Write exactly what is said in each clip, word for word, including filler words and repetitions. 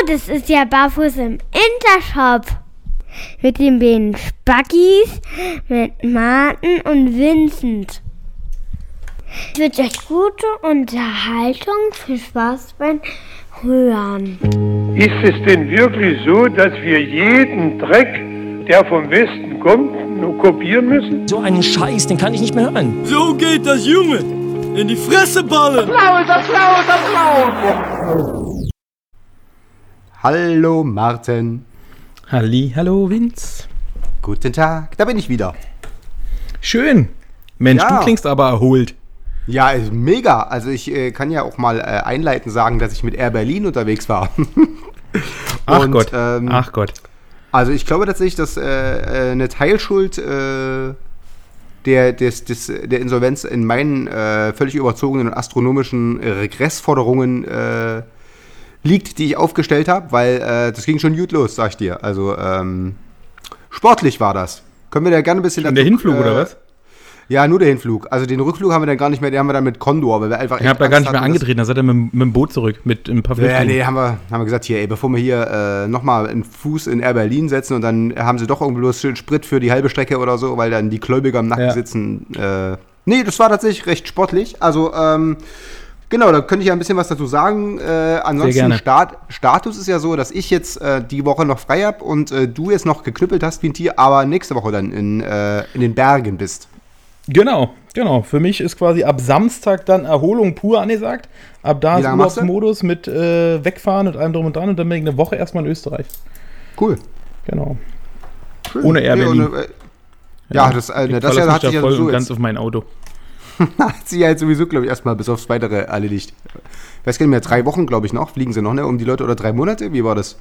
das ist ja Barfuß im Intershop. Mit den beiden Spackis, mit Martin und Vincent. Ich wünsche euch gute Unterhaltung, viel Spaß beim Hören. Ist es denn wirklich so, dass wir jeden Dreck, der vom Westen kommt, nur kopieren müssen? So einen Scheiß, den kann ich nicht mehr hören. So geht das, Junge. In die Fresse ballen. Applaus, Applaus, Applaus. Hallo Martin. Halli, hallo Vince. Guten Tag, da bin ich wieder. Schön. Mensch, Ja. du klingst aber erholt. Ja, ist mega. Also ich äh, kann ja auch mal äh, einleitend sagen, dass ich mit Air Berlin unterwegs war. Ach Und, Gott, ähm, ach Gott. Also ich glaube tatsächlich, dass äh, äh, eine Teilschuld äh, der, des, des, der Insolvenz in meinen äh, völlig überzogenen und astronomischen äh, Regressforderungen äh, liegt, die ich aufgestellt habe, weil äh, das ging schon gut los, sag ich dir. Also ähm, sportlich war das. Können wir da gerne ein bisschen... Und der dazu, Hinflug äh, oder was? Ja, nur der Hinflug. Also den Rückflug haben wir dann gar nicht mehr, den haben wir dann mit Condor, weil wir einfach Ich hab da gar nicht mehr hatten, angetreten, da seid ihr mit, mit dem Boot zurück, mit ein paar Ja, Flüchtlingen. nee, haben wir, haben wir gesagt, hier, ey, bevor wir hier äh, nochmal einen Fuß in Air Berlin setzen und dann haben sie doch irgendwie bloß schön Sprit für die halbe Strecke oder so, weil dann die Gläubiger im Nacken Ja. sitzen. Äh, nee, das war tatsächlich recht sportlich. Also, ähm, genau, da könnte ich ja ein bisschen was dazu sagen. Äh, ansonsten, gerne. Start, Status ist ja so, dass ich jetzt äh, die Woche noch frei habe und äh, du jetzt noch geknüppelt hast wie ein Tier, aber nächste Woche dann in, äh, in den Bergen bist. Genau, genau. Für mich ist quasi ab Samstag dann Erholung pur angesagt. Ab da Wie ist lange machst du? Urlaubsmodus mit äh, Wegfahren und allem drum und dran und dann bin ich eine Woche erstmal in Österreich. Cool. Genau. Schön. Ohne Air Nee, Berlin. ohne, äh, ja, das, äh, Ich das verlasse ja, mich hat sich da ja voll sowieso und ganz jetzt, auf mein Auto. hat sich ja jetzt sowieso, glaube ich, erstmal bis aufs Weitere erledigt. Ich weiß gar nicht mehr, drei Wochen, glaube ich, noch. Fliegen sie noch, ne? Um die Leute oder drei Monate? Wie war das?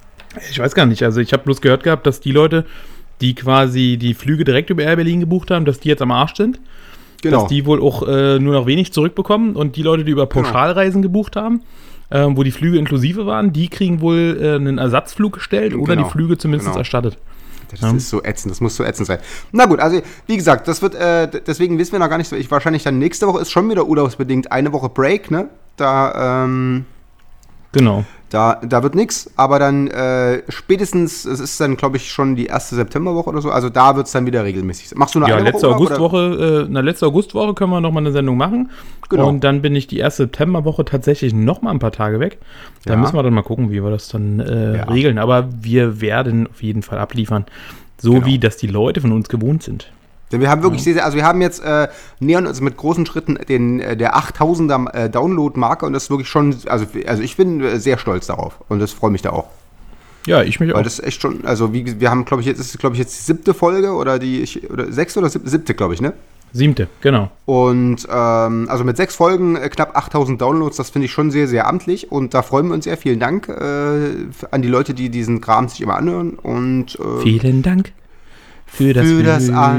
Ich weiß gar nicht. Also ich habe bloß gehört gehabt, dass die Leute, die quasi die Flüge direkt über Air Berlin gebucht haben, dass die jetzt am Arsch sind. Genau. Dass die wohl auch äh, nur noch wenig zurückbekommen und die Leute, die über Pauschalreisen gebucht haben, ähm, wo die Flüge inklusive waren, die kriegen wohl äh, einen Ersatzflug gestellt oder Genau. die Flüge zumindest Genau. erstattet. Das Ja. ist so ätzend, das muss so ätzend sein. Na gut, also wie gesagt, das wird, äh, d- deswegen wissen wir noch gar nicht so, ich wahrscheinlich dann nächste Woche ist schon wieder urlaubsbedingt eine Woche Break, ne? Da, ähm, Genau. da, da wird nix, aber dann äh, spätestens, es ist dann, glaube ich, schon die erste Septemberwoche oder so, also da wird es dann wieder regelmäßig sein. Machst du eine Ja, eine letzte Woche Urlaub, oder? Augustwoche, äh, na, letzte Augustwoche können wir nochmal eine Sendung machen. Genau. Und dann bin ich die erste Septemberwoche tatsächlich nochmal ein paar Tage weg. Da Ja. müssen wir dann mal gucken, wie wir das dann äh, Ja. regeln. Aber wir werden auf jeden Fall abliefern. So Genau. wie das die Leute von uns gewohnt sind. Denn wir haben wirklich sehr, sehr, also wir haben jetzt äh, nähern uns mit großen Schritten den, äh, der achttausender äh, Download-Marke und das ist wirklich schon, also, also ich bin äh, sehr stolz darauf und das freut mich da auch. Ja, ich mich auch. Weil das ist echt schon, also wie, wir haben, glaube ich, jetzt ist glaube ich jetzt die siebte Folge oder die, ich, oder sechste oder siebte, siebte glaube ich, ne? Siebte, genau. Und ähm, also mit sechs Folgen, äh, knapp achttausend Downloads, das finde ich schon sehr, sehr amtlich und da freuen wir uns sehr. Vielen Dank äh, an die Leute, die diesen Kram sich immer anhören und äh, Vielen Dank für das, für das Hören.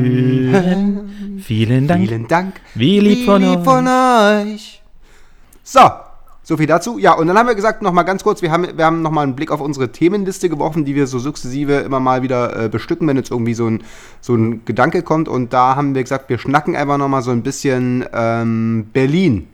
Anhören. Vielen Dank. Vielen Dank. Wie lieb von euch. von euch. So, so viel dazu. Ja, und dann haben wir gesagt, nochmal ganz kurz, wir haben, wir haben nochmal einen Blick auf unsere Themenliste geworfen, die wir so sukzessive immer mal wieder äh, bestücken, wenn jetzt irgendwie so ein, so ein Gedanke kommt. Und da haben wir gesagt, wir schnacken einfach nochmal so ein bisschen ähm, Berlin.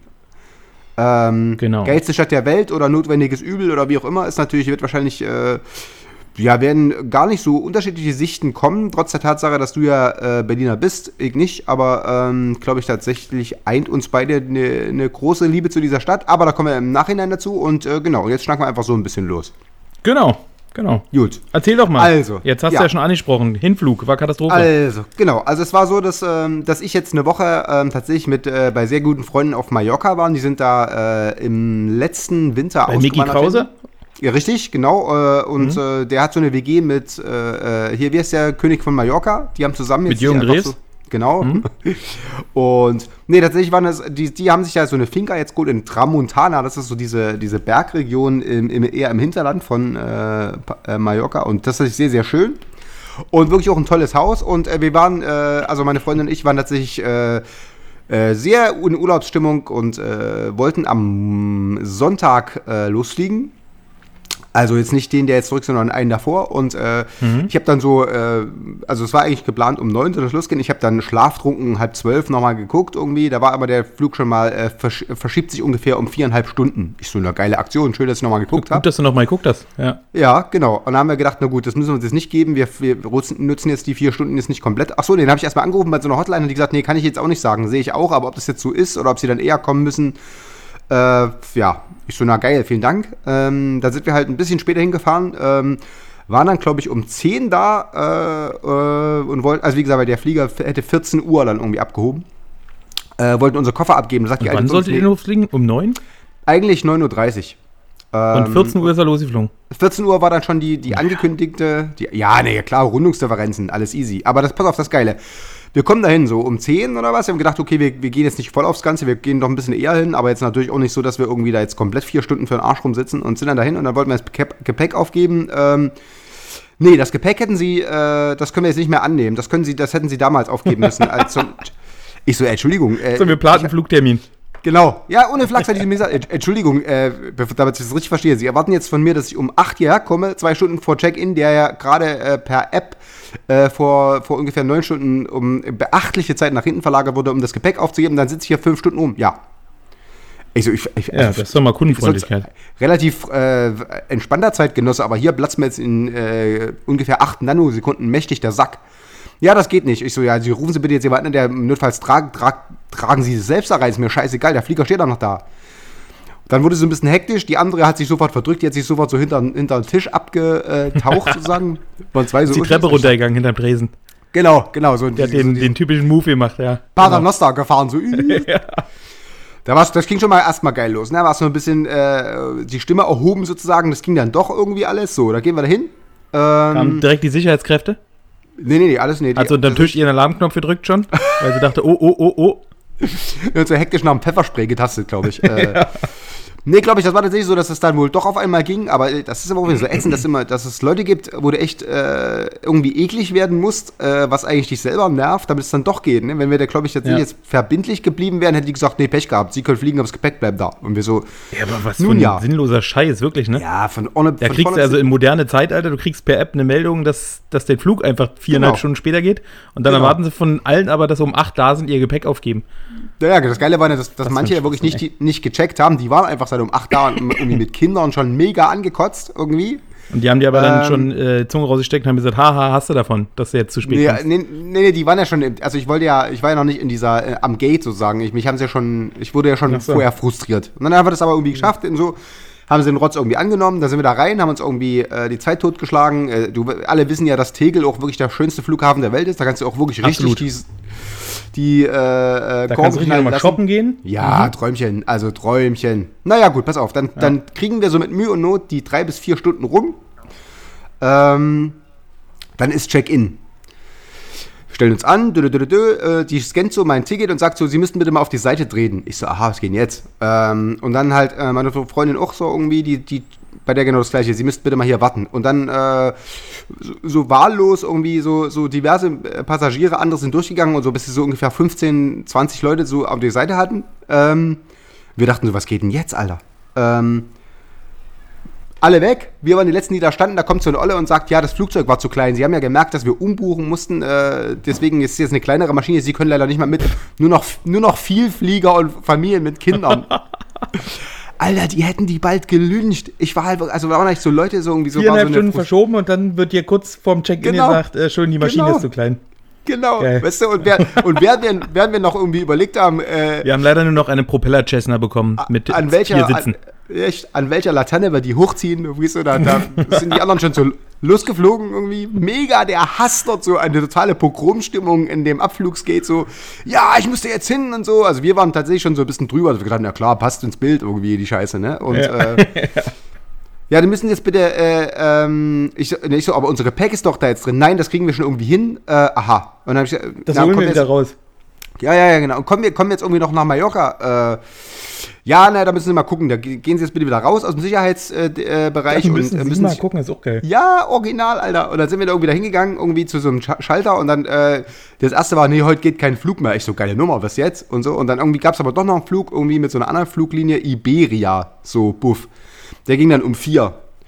Ähm, Genau. Geilste Stadt der Welt oder notwendiges Übel oder wie auch immer, ist natürlich, wird wahrscheinlich... Äh, ja, werden gar nicht so unterschiedliche Sichten kommen, trotz der Tatsache, dass du ja äh, Berliner bist, ich nicht, aber ähm, glaube ich tatsächlich eint uns beide eine ne große Liebe zu dieser Stadt, aber da kommen wir im Nachhinein dazu und äh, genau, jetzt schnacken wir einfach so ein bisschen los. Genau, genau. Gut. Erzähl doch mal. Also, Jetzt hast ja. du ja schon angesprochen. Hinflug war Katastrophe. Also, genau, also es war so, dass, ähm, dass ich jetzt eine Woche ähm, tatsächlich mit äh, bei sehr guten Freunden auf Mallorca war, die sind da äh, im letzten Winter Bei Micky ausgewandert. Krause? Ja, richtig, genau. Äh, und mhm. äh, der hat so eine W G mit, äh, hier, wie ist der König von Mallorca? Die haben zusammen jetzt. Mit Jürgen Drews? So, genau. Mhm. Und, nee, tatsächlich waren das, die, die haben sich ja so eine Finca jetzt gut in Tramontana, das ist so diese, diese Bergregion im, im, eher im Hinterland von äh, äh, Mallorca. Und das ist sehr, sehr schön. Und wirklich auch ein tolles Haus. Und äh, wir waren, äh, also meine Freundin und ich waren tatsächlich. Äh, Äh, sehr in Urlaubsstimmung und äh, wollten am Sonntag äh, losfliegen. Also jetzt nicht den, der jetzt zurück, sondern einen davor. Und äh, Mhm. ich habe dann so, äh, also es war eigentlich geplant, um neun soll das losgehen. Ich habe dann schlaftrunken, halb zwölf nochmal geguckt irgendwie. Da war aber der Flug schon mal, äh, versch verschiebt sich ungefähr um viereinhalb Stunden. Ich so, eine geile Aktion, schön, dass ich nochmal geguckt habe. Gut, dass du nochmal geguckt hast. Ja. Ja, genau. Und dann haben wir gedacht, na gut, das müssen wir uns jetzt nicht geben. Wir, wir nutzen jetzt die vier Stunden jetzt nicht komplett. Achso, den habe ich erstmal angerufen bei so einer Hotline und die gesagt, nee, kann ich jetzt auch nicht sagen. Sehe ich auch, aber ob das jetzt so ist oder ob sie dann eher kommen müssen, äh, ja, ich so, na geil, vielen Dank. Ähm, da sind wir halt ein bisschen später hingefahren, ähm, waren dann, glaube ich, um zehn da äh, äh, und wollten, also wie gesagt, weil der Flieger hätte vierzehn Uhr dann irgendwie abgehoben. Äh, wollten unsere Koffer abgeben. Da sagt Und die Alte wann zu uns, solltet ihr nee, losfliegen? Um neun? eigentlich neun Uhr dreißig. Und vierzehn Uhr ist er losgeflogen. vierzehn Uhr war dann schon die, die angekündigte, die, ja, ne, klar, Rundungsdifferenzen, alles easy. Aber das, pass auf, das Geile. Wir kommen dahin so um zehn oder was. Wir haben gedacht, okay, wir, wir gehen jetzt nicht voll aufs Ganze, wir gehen doch ein bisschen eher hin, aber jetzt natürlich auch nicht so, dass wir irgendwie da jetzt komplett vier Stunden für den Arsch rumsitzen und sind dann dahin und dann wollten wir das Gepäck, Gepäck aufgeben. Ähm, nee, das Gepäck hätten sie, äh, das können wir jetzt nicht mehr annehmen. Das können sie, das hätten sie damals aufgeben müssen. Als so, ich so, äh, Entschuldigung. Äh, So, wir planen einen Flugtermin. Genau. Ja, ohne Flachs hätte ich mir gesagt, Entschuldigung, äh, damit ich das richtig verstehe. Sie erwarten jetzt von mir, dass ich um acht hierher komme, zwei Stunden vor Check-in, der ja gerade äh, per App äh, vor, vor ungefähr neun Stunden um beachtliche Zeit nach hinten verlagert wurde, um das Gepäck aufzugeben. Dann sitze ich hier fünf Stunden um. Ja. Ich so, ich, ich, Ja, also, das ist doch mal Kundenfreundlichkeit. relativ äh, entspannter Zeitgenosse, aber hier platzt mir jetzt in äh, ungefähr acht Nanosekunden mächtig der Sack. Ja, das geht nicht. Ich so, ja, Sie rufen Sie bitte jetzt jemanden an, der notfalls trag, trag, tragen Sie es selbst da rein, ist mir scheißegal, der Flieger steht da noch da. Dann wurde es so ein bisschen hektisch, die andere hat sich sofort verdrückt, die hat sich sofort so hinter, hinter den Tisch abgetaucht sozusagen. Waren zwei so Die Treppe runtergegangen hinterm Tresen. Genau, genau. So, Der hat die, den, so den typischen Move gemacht, ja. Paternoster gefahren, so. Ja. Da war's, das ging schon mal erstmal geil los. Ne? Da war so ein bisschen äh, die Stimme erhoben sozusagen, das ging dann doch irgendwie alles so. Da gehen wir da hin. Ähm, Kamen direkt die Sicherheitskräfte? nee, nee, nee, alles nee. Also unterm Tisch ihren Alarmknopf gedrückt schon, weil sie dachte, oh, oh, oh, oh. Wir haben so hektisch nach dem Pfefferspray getastet, glaube ich. Äh, ja. Nee, glaube ich, das war tatsächlich so, dass es dann wohl doch auf einmal ging, aber das ist aber auch wieder so ätzend, dass, immer, dass es Leute gibt, wo du echt äh, irgendwie eklig werden musst, äh, was eigentlich dich selber nervt, damit es dann doch geht. Ne? Wenn wir da, glaube ich, tatsächlich Ja. jetzt verbindlich geblieben wären, hätte die gesagt, nee, Pech gehabt, sie können fliegen, aber das Gepäck bleibt da. Und wir so, Ja, aber was Nun für ein ja. sinnloser Scheiß, wirklich, ne? ja, von ohne. Da von kriegst vorne- du also im moderne Zeitalter, du kriegst per App eine Meldung, dass, dass der Flug einfach viereinhalb Genau. Stunden später geht. Und dann Genau. erwarten sie von allen aber, dass sie um acht da sind, ihr Gepäck aufgeben. Ja, ja, das Geile war ja, dass, dass für manche ein ja wirklich nicht, Schwachsinn, die, nicht gecheckt haben. Die waren einfach seit um acht da und irgendwie mit Kindern schon mega angekotzt irgendwie. Und die haben dir aber dann Ähm. schon äh, Zunge rausgesteckt und haben gesagt, haha, hast du davon, dass du jetzt zu spät Nee, kommst. nee, nee, nee, die waren ja schon, im- also ich wollte ja, ich war ja noch nicht in dieser, äh, am Gate sozusagen. Ich, mich haben sie ja schon, ich wurde ja schon Ach so. vorher frustriert. Und dann haben wir das aber irgendwie geschafft und so. Haben sie den Rotz irgendwie angenommen, da sind wir da rein, haben uns irgendwie äh, die Zeit totgeschlagen. Äh, du, alle wissen ja, dass Tegel auch wirklich der schönste Flughafen der Welt ist. Da kannst du auch wirklich Absolut. richtig die, die äh, äh, Da Korken kannst du richtig knallen nochmal lassen. shoppen gehen. Ja, Träumchen, also Träumchen. Naja, gut, pass auf, dann, dann kriegen wir so mit Mühe und Not die drei bis vier Stunden rum. Ähm, dann ist Check-in. Wir stellen uns an, dö, dö, dö, dö, äh, die scannt so mein Ticket und sagt so, Sie müssten bitte mal auf die Seite treten. Ich so, aha, was geht denn jetzt? Ähm, und dann halt äh, meine Freundin auch so irgendwie, die, die bei der genau das Gleiche, Sie müssten bitte mal hier warten. Und dann äh, so, so wahllos irgendwie so, so diverse äh, Passagiere, andere sind durchgegangen und so, bis sie so ungefähr fünfzehn, zwanzig Leute so auf die Seite hatten. Ähm, wir dachten so, was geht denn jetzt, Alter? Ähm, alle weg, wir waren die Letzten, die da standen, da kommt so eine Olle und sagt, ja, das Flugzeug war zu klein. Sie haben ja gemerkt, dass wir umbuchen mussten, äh, deswegen ist es jetzt eine kleinere Maschine, Sie können leider nicht mal mit, nur noch, nur noch Vielflieger und Familien mit Kindern. Alter, die hätten die bald gelyncht. Ich war halt, also da waren eigentlich so Leute so irgendwie so. Viereinhalb war so eine Stunden Frust- verschoben und dann wird dir kurz vorm Check-in Genau. gesagt, äh, schön, die Maschine Genau. ist zu klein. Genau, Geil. weißt du, und, wer, und während, wir, während wir noch irgendwie überlegt haben, äh, Wir haben leider nur noch eine Propeller-Cessna bekommen mit an welcher, vier Sitzen. An, echt, an welcher Laterne wir die hochziehen, irgendwie so, da, da sind die anderen schon so losgeflogen irgendwie. Mega der Hass dort, so eine totale Pogromstimmung in dem Abflugsgate, so, ja, ich müsste jetzt hin und so. Also wir waren tatsächlich schon so ein bisschen drüber, also wir gedacht, na klar, passt ins Bild irgendwie die Scheiße, ne? Und Ja. äh, ja, die müssen jetzt bitte, äh, ähm, ich, so- nee, ich so, aber unser Gepäck ist doch da jetzt drin. Nein, das kriegen wir schon irgendwie hin. Äh, aha. Und dann hab ich gesagt, Das na, holen komm wir jetzt- wieder raus. ja, ja, ja, genau. Und kommen wir kommen jetzt irgendwie noch nach Mallorca. Äh, ja, na, da müssen Sie mal gucken. Da ge- gehen Sie jetzt bitte wieder raus aus dem Sicherheitsbereich äh, Bereich Wir und müssen, äh, Sie müssen mal sich- gucken, ist auch geil. Ja, original, Alter. Und dann sind wir da irgendwie da hingegangen, irgendwie zu so einem Sch- Schalter und dann, äh, das erste war, nee, heute geht kein Flug mehr. Ich so, geile Nummer, was jetzt? Und so. Und dann irgendwie gab es aber doch noch einen Flug, irgendwie mit so einer anderen Fluglinie, Iberia, so, buff. Der ging dann um vier.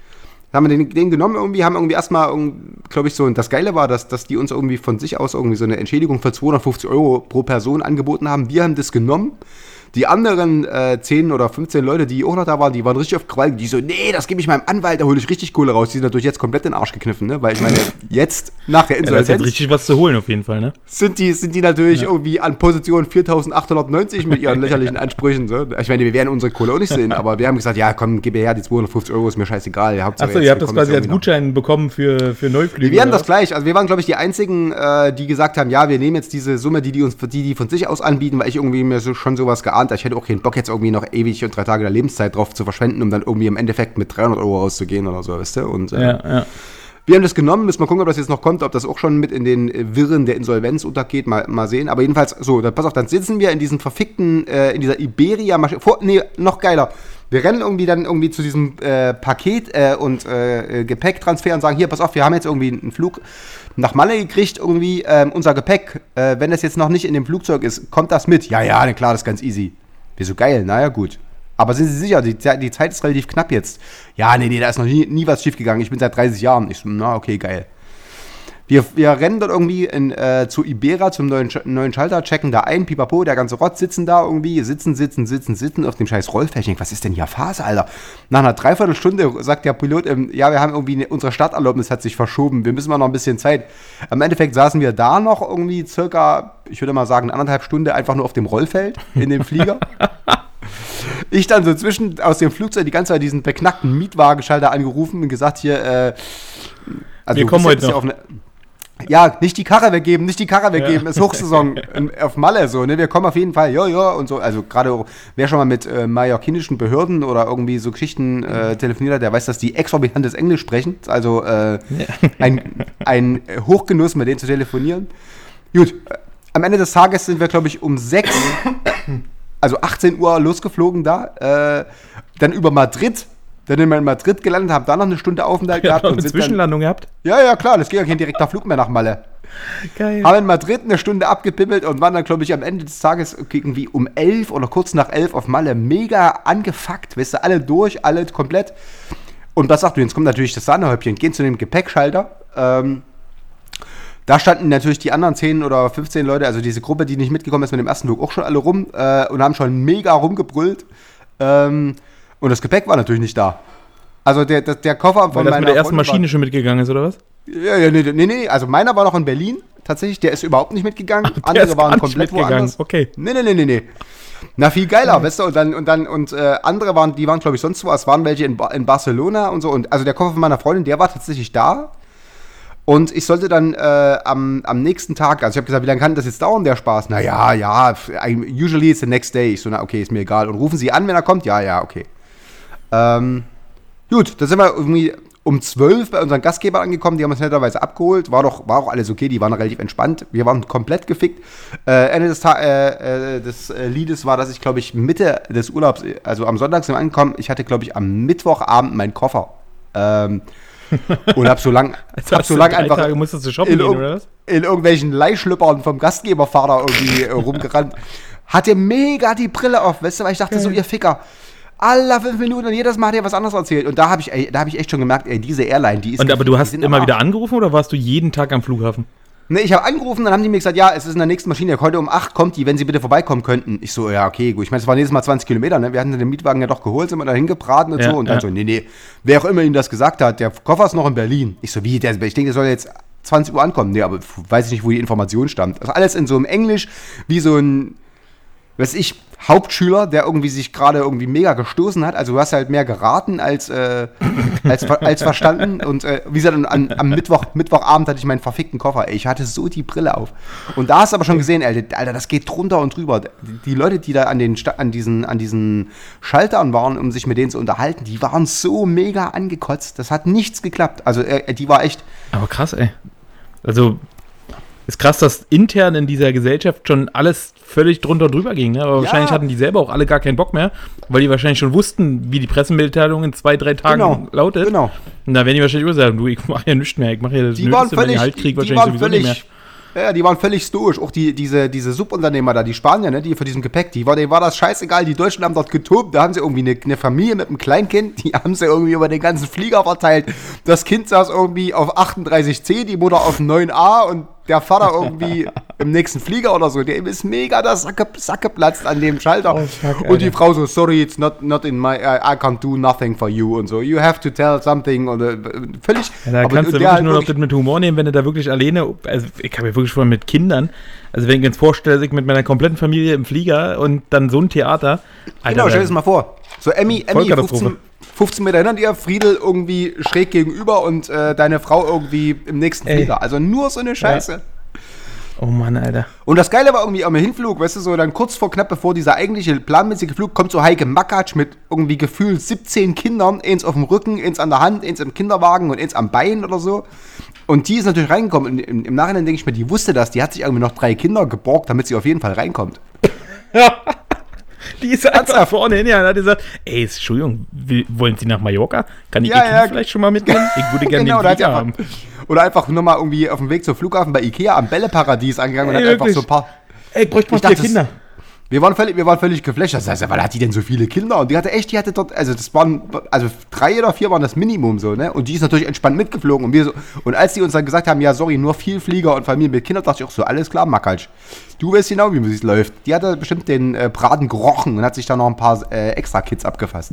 Haben wir den, den genommen irgendwie, haben irgendwie erstmal, glaube ich, so, und das Geile war, dass, dass die uns irgendwie von sich aus irgendwie so eine Entschädigung für zweihundertfünfzig Euro pro Person angeboten haben. Wir haben das genommen. Die anderen äh, zehn oder fünfzehn Leute, die auch noch da waren, die waren richtig auf Krawall. Die so, nee, das gebe ich meinem Anwalt, da hole ich richtig Kohle raus. Die sind natürlich jetzt komplett in den Arsch gekniffen, ne? Weil ich meine, jetzt nach der Insolvenz... Ja, da ist jetzt richtig was zu holen auf jeden Fall, ne? Sind die, sind die natürlich ja. irgendwie an Position viertausendachthundertneunzig mit ihren lächerlichen Ansprüchen. So. Ich meine, wir werden unsere Kohle auch nicht sehen, aber wir haben gesagt, ja komm, gib mir her, die zweihundertfünfzig Euro ist mir scheißegal. Achso, ihr habt das quasi als Gutschein bekommen für, für Neuflüge? Wir werden das gleich. Also wir waren, glaube ich, die einzigen, äh, die gesagt haben, ja, wir nehmen jetzt diese Summe, die die uns die, die von sich aus anbieten, weil ich irgendwie mir so, schon sowas geahnt habe. Ich hätte auch keinen Bock, jetzt irgendwie noch ewig und drei Tage der Lebenszeit drauf zu verschwenden, um dann irgendwie im Endeffekt mit dreihundert Euro rauszugehen oder so, weißt du? Und, äh, ja, ja. Wir haben das genommen, müssen mal gucken, ob das jetzt noch kommt, ob das auch schon mit in den Wirren der Insolvenz untergeht, mal, mal sehen. Aber jedenfalls, so, dann, pass auf, dann sitzen wir in diesem verfickten, äh, in dieser Iberia-Maschine, nee, noch geiler. Wir rennen irgendwie dann irgendwie zu diesem äh, Paket- äh, und äh, Gepäcktransfer und sagen, hier, pass auf, wir haben jetzt irgendwie einen Flug nach Malle gekriegt, irgendwie, äh, unser Gepäck, äh, wenn das jetzt noch nicht in dem Flugzeug ist, kommt das mit? Ja, ja, klar, das ist ganz easy. Wir so, geil, naja, gut. Aber sind Sie sicher, die, die Zeit ist relativ knapp jetzt. Ja, nee, nee, da ist noch nie, nie was schiefgegangen. Ich bin seit dreißig Jahren. Ich so, na, okay, geil. Wir, wir rennen dort irgendwie in, äh, zu Ibera, zum neuen, neuen Schalter, checken da ein, pipapo, der ganze Rott sitzen da irgendwie, sitzen, sitzen, sitzen, sitzen auf dem scheiß Rollfeld. Ich denk, was ist denn hier Phase, Alter? Nach einer Dreiviertelstunde sagt der Pilot, ähm, ja, wir haben irgendwie, eine, unsere Starterlaubnis hat sich verschoben, wir müssen mal noch ein bisschen Zeit. Im Endeffekt saßen wir da noch irgendwie circa, ich würde mal sagen, anderthalb Stunden einfach nur auf dem Rollfeld in dem Flieger. Ich dann so zwischen aus dem Flugzeug die ganze Zeit diesen beknackten Mietwagenschalter angerufen und gesagt, hier, äh, also wir kommen heute noch. Auf eine, ja, nicht die Karre weggeben, nicht die Karre weggeben, ja. Ist Hochsaison in, auf Malle so, ne, wir kommen auf jeden Fall, ja, ja, und so, also gerade, wer schon mal mit äh, mallorquinischen Behörden oder irgendwie so Geschichten äh, telefoniert hat, der weiß, dass die exorbitantes Englisch sprechen, also äh, ja. ein, ein Hochgenuss, mit denen zu telefonieren. Gut, äh, am Ende des Tages sind wir, glaube ich, um sechs, also achtzehn Uhr losgeflogen da, äh, dann über Madrid, dann in Madrid gelandet, haben da noch eine Stunde Aufenthalt gehabt. Ja, und eine Zwischenlandung dann, gehabt? Ja, ja, klar, das ging ja kein direkter Flug mehr nach Malle. Geil. Haben in Madrid eine Stunde abgepimmelt und waren dann, glaube ich, am Ende des Tages irgendwie um elf oder kurz nach elf auf Malle mega angefuckt, weißt du, alle durch, alle komplett. Und was sagst du, jetzt kommt natürlich das Sahnehäubchen, gehen zu dem Gepäckschalter, ähm, da standen natürlich die anderen zehn oder fünfzehn Leute, also diese Gruppe, die nicht mitgekommen ist mit dem ersten Flug, auch schon alle rum äh, und haben schon mega rumgebrüllt. Ähm, und das Gepäck war natürlich nicht da. Also der, der, der Koffer von Weil das meiner mit der ersten Freundin Maschine war, schon mitgegangen ist, oder was? Ja, ja, nee, nee, nee, also meiner war noch in Berlin, tatsächlich, der ist überhaupt nicht mitgegangen. Ach, andere ist waren komplett woanders. Okay. Nee, nee, nee, nee, nee. Na, viel geiler, mhm. weißt du, und dann, und dann, und äh, andere waren, die waren, glaube ich, sonst wo, es waren welche in, ba- in Barcelona und so, und also der Koffer von meiner Freundin, der war tatsächlich da. Und ich sollte dann äh, am, am nächsten Tag, also ich habe gesagt, wie lange kann das jetzt dauern, der Spaß? Na ja, ja, usually it's the next day. Ich so, na okay, ist mir egal. Und rufen Sie an, wenn er kommt? Ja, ja, okay. Ähm, gut, da sind wir irgendwie um zwölf bei unseren Gastgebern angekommen, die haben uns netterweise abgeholt. War doch, war auch alles okay, die waren relativ entspannt. Wir waren komplett gefickt. Äh, Ende des, Ta- äh, äh, des äh, Liedes war, dass ich, glaube ich, Mitte des Urlaubs, also am Sonntag sind wir angekommen, ich hatte, glaube ich, am Mittwochabend meinen Koffer. Ähm, und hab so lang, also hab so lang einfach Tage musstest du shoppen in, gehen, oder was? in irgendwelchen Leihschlüppern vom Gastgebervater irgendwie äh, rumgerannt. Hatte mega die Brille auf, weißt du, weil ich dachte, okay. so, ihr Ficker, alle fünf Minuten und jedes Mal hat er was anderes erzählt. Und da habe ich, ey, da hab ich echt schon gemerkt, ey, diese Airline, die ist... Und aber du hast immer am wieder angerufen oder warst du jeden Tag am Flughafen? Ne, ich habe angerufen, dann haben die mir gesagt, ja, es ist in der nächsten Maschine, heute um acht kommt die, wenn sie bitte vorbeikommen könnten. Ich so, ja, okay, gut. Ich meine, es waren jedes Mal zwanzig Kilometer, ne? Wir hatten den Mietwagen ja doch geholt, sind wir da hingebraten und ja, so. Und dann ja. so, nee, nee, wer auch immer ihnen das gesagt hat, der Koffer ist noch in Berlin. Ich so, wie, der, ich denke, der soll jetzt zwanzig Uhr ankommen. Nee, aber weiß ich nicht, wo die Information stammt. Also alles in so einem Englisch, wie so ein, weiß ich, Hauptschüler, der irgendwie sich gerade irgendwie mega gestoßen hat. Also du hast halt mehr geraten als, äh, als, als verstanden. Und äh, wie gesagt, an, am Mittwoch, Mittwochabend hatte ich meinen verfickten Koffer. Ey, ich hatte so die Brille auf. Und da hast du aber schon gesehen, Alter, Alter, das geht drunter und drüber. Die Leute, die da an, den, an, diesen, an diesen Schaltern waren, um sich mit denen zu unterhalten, die waren so mega angekotzt. Das hat nichts geklappt. Also äh, die war echt... Aber krass, ey. Also... Ist krass, dass intern in dieser Gesellschaft schon alles völlig drunter und drüber ging, ne? Aber ja. wahrscheinlich hatten die selber auch alle gar keinen Bock mehr, weil die wahrscheinlich schon wussten, wie die Pressemitteilung in zwei, drei Tagen genau. lautet. Genau. Und da werden die wahrscheinlich auch sagen, du, ich mach ja nichts mehr, ich mach ja das die Nötigste, völlig, den Haltkrieg wahrscheinlich sowieso völlig, nicht Ja, die waren völlig stoisch. Auch die, diese, diese Subunternehmer da, die Spanier, ne, die für diesem Gepäck, die war, denen war das scheißegal. Die Deutschen haben dort getobt. Da haben sie irgendwie eine, eine Familie mit einem Kleinkind, die haben sie irgendwie über den ganzen Flieger verteilt. Das Kind saß irgendwie auf achtunddreißig C, die Mutter auf neun A und der Vater irgendwie im nächsten Flieger oder so. Der ist mega der Sacke, Sack geplatzt an dem Schalter. Oh, fuck, und die Frau so, sorry, it's not, not in my, I, I can't do nothing for you und so. You have to tell something. Und, äh, völlig. Ja, da aber, kannst du der wirklich halt nur noch wirklich, das mit Humor nehmen, wenn du da wirklich alleine, also ich kann mir wirklich schon mit Kindern, also wenn ich mir jetzt vorstelle, ich mit meiner kompletten Familie im Flieger und dann so ein Theater. Alter, genau, stell dir das mal vor. So Emmy, Emmy Vollkatastrophe. fünfzehn, fünfzehn Meter hinter dir, Friedel irgendwie schräg gegenüber und äh, deine Frau irgendwie im nächsten Ey. Flieger. Also nur so eine Scheiße. Ja. Oh Mann, Alter. Und das Geile war irgendwie am Hinflug, weißt du, so dann kurz vor knapp bevor dieser eigentliche planmäßige Flug kommt so Heike Makatsch mit irgendwie gefühlt siebzehn Kindern, eins auf dem Rücken, eins an der Hand, eins im Kinderwagen und eins am Bein oder so. Und die ist natürlich reingekommen. Und im, im Nachhinein denke ich mir, die wusste das, die hat sich irgendwie noch drei Kinder geborgt, damit sie auf jeden Fall reinkommt. Die ist einfach vorne hin und hat gesagt, ey, Entschuldigung, will, wollen Sie nach Mallorca? Kann ich Ja, Ihr Kind ja. vielleicht schon mal mitnehmen? Ich würde gerne Genau, den da hat sie Flieger einfach, haben. oder einfach nochmal irgendwie auf dem Weg zum Flughafen bei Ikea am Bälleparadies angegangen und Ey, hat einfach wirklich? so ein paar... Ey, ich bräuchte mal Ich vier dachte, Kinder. Wir waren völlig, wir waren völlig geflasht. Das heißt, weil hat die denn so viele Kinder? Und die hatte echt, die hatte dort, also das waren, also drei oder vier waren das Minimum so, ne? Und die ist natürlich entspannt mitgeflogen. Und wir so, und als die uns dann gesagt haben, ja, sorry, nur viel Flieger und Familie mit Kindern, dachte ich auch so, alles klar, Makalsch. Du weißt genau, wie es läuft. Die hatte bestimmt den äh, Braten gerochen und hat sich da noch ein paar äh, extra Kids abgefasst.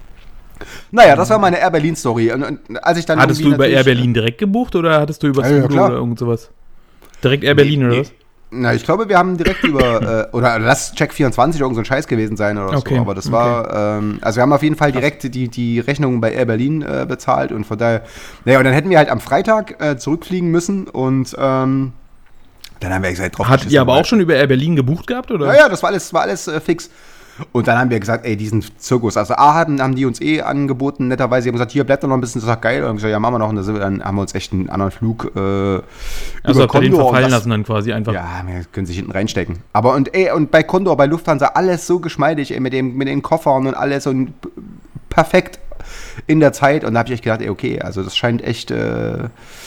Naja, das war meine Air Berlin Story. Und, und als ich dann Hattest du irgendwie über Air natürlich- Berlin direkt gebucht oder hattest du über Ja, ja, Smudo klar. oder irgend sowas? Direkt Air Berlin oder was? Na, ich glaube, wir haben direkt über, äh, oder lass Check vierundzwanzig irgend so ein Scheiß gewesen sein oder Okay, so, aber das war, ähm, also wir haben auf jeden Fall direkt die, die Rechnung bei Air Berlin äh, bezahlt und von daher, naja, und dann hätten wir halt am Freitag äh, zurückfliegen müssen und ähm, dann haben wir gesagt, drauf Hattet ihr aber auch schon über Air Berlin gebucht gehabt, oder? Ja, ja, das war alles, war alles äh, fix. Und dann haben wir gesagt, ey, diesen Zirkus, also A hatten, haben die uns eh angeboten, netterweise, die haben gesagt, hier, bleibt doch noch ein bisschen, das ist doch geil. Und haben gesagt, ja, machen wir noch. Und dann, sind wir, dann haben wir uns echt einen anderen Flug äh, Also über habt ihr den Condor und verfallen das- lassen dann quasi einfach. Ja, wir können sich hinten reinstecken. Aber und ey, und bei Condor, bei Lufthansa, alles so geschmeidig, ey, mit, dem, mit den Koffern und alles und p- perfekt in der Zeit. Und da habe ich echt gedacht, ey, okay, also das scheint echt, äh,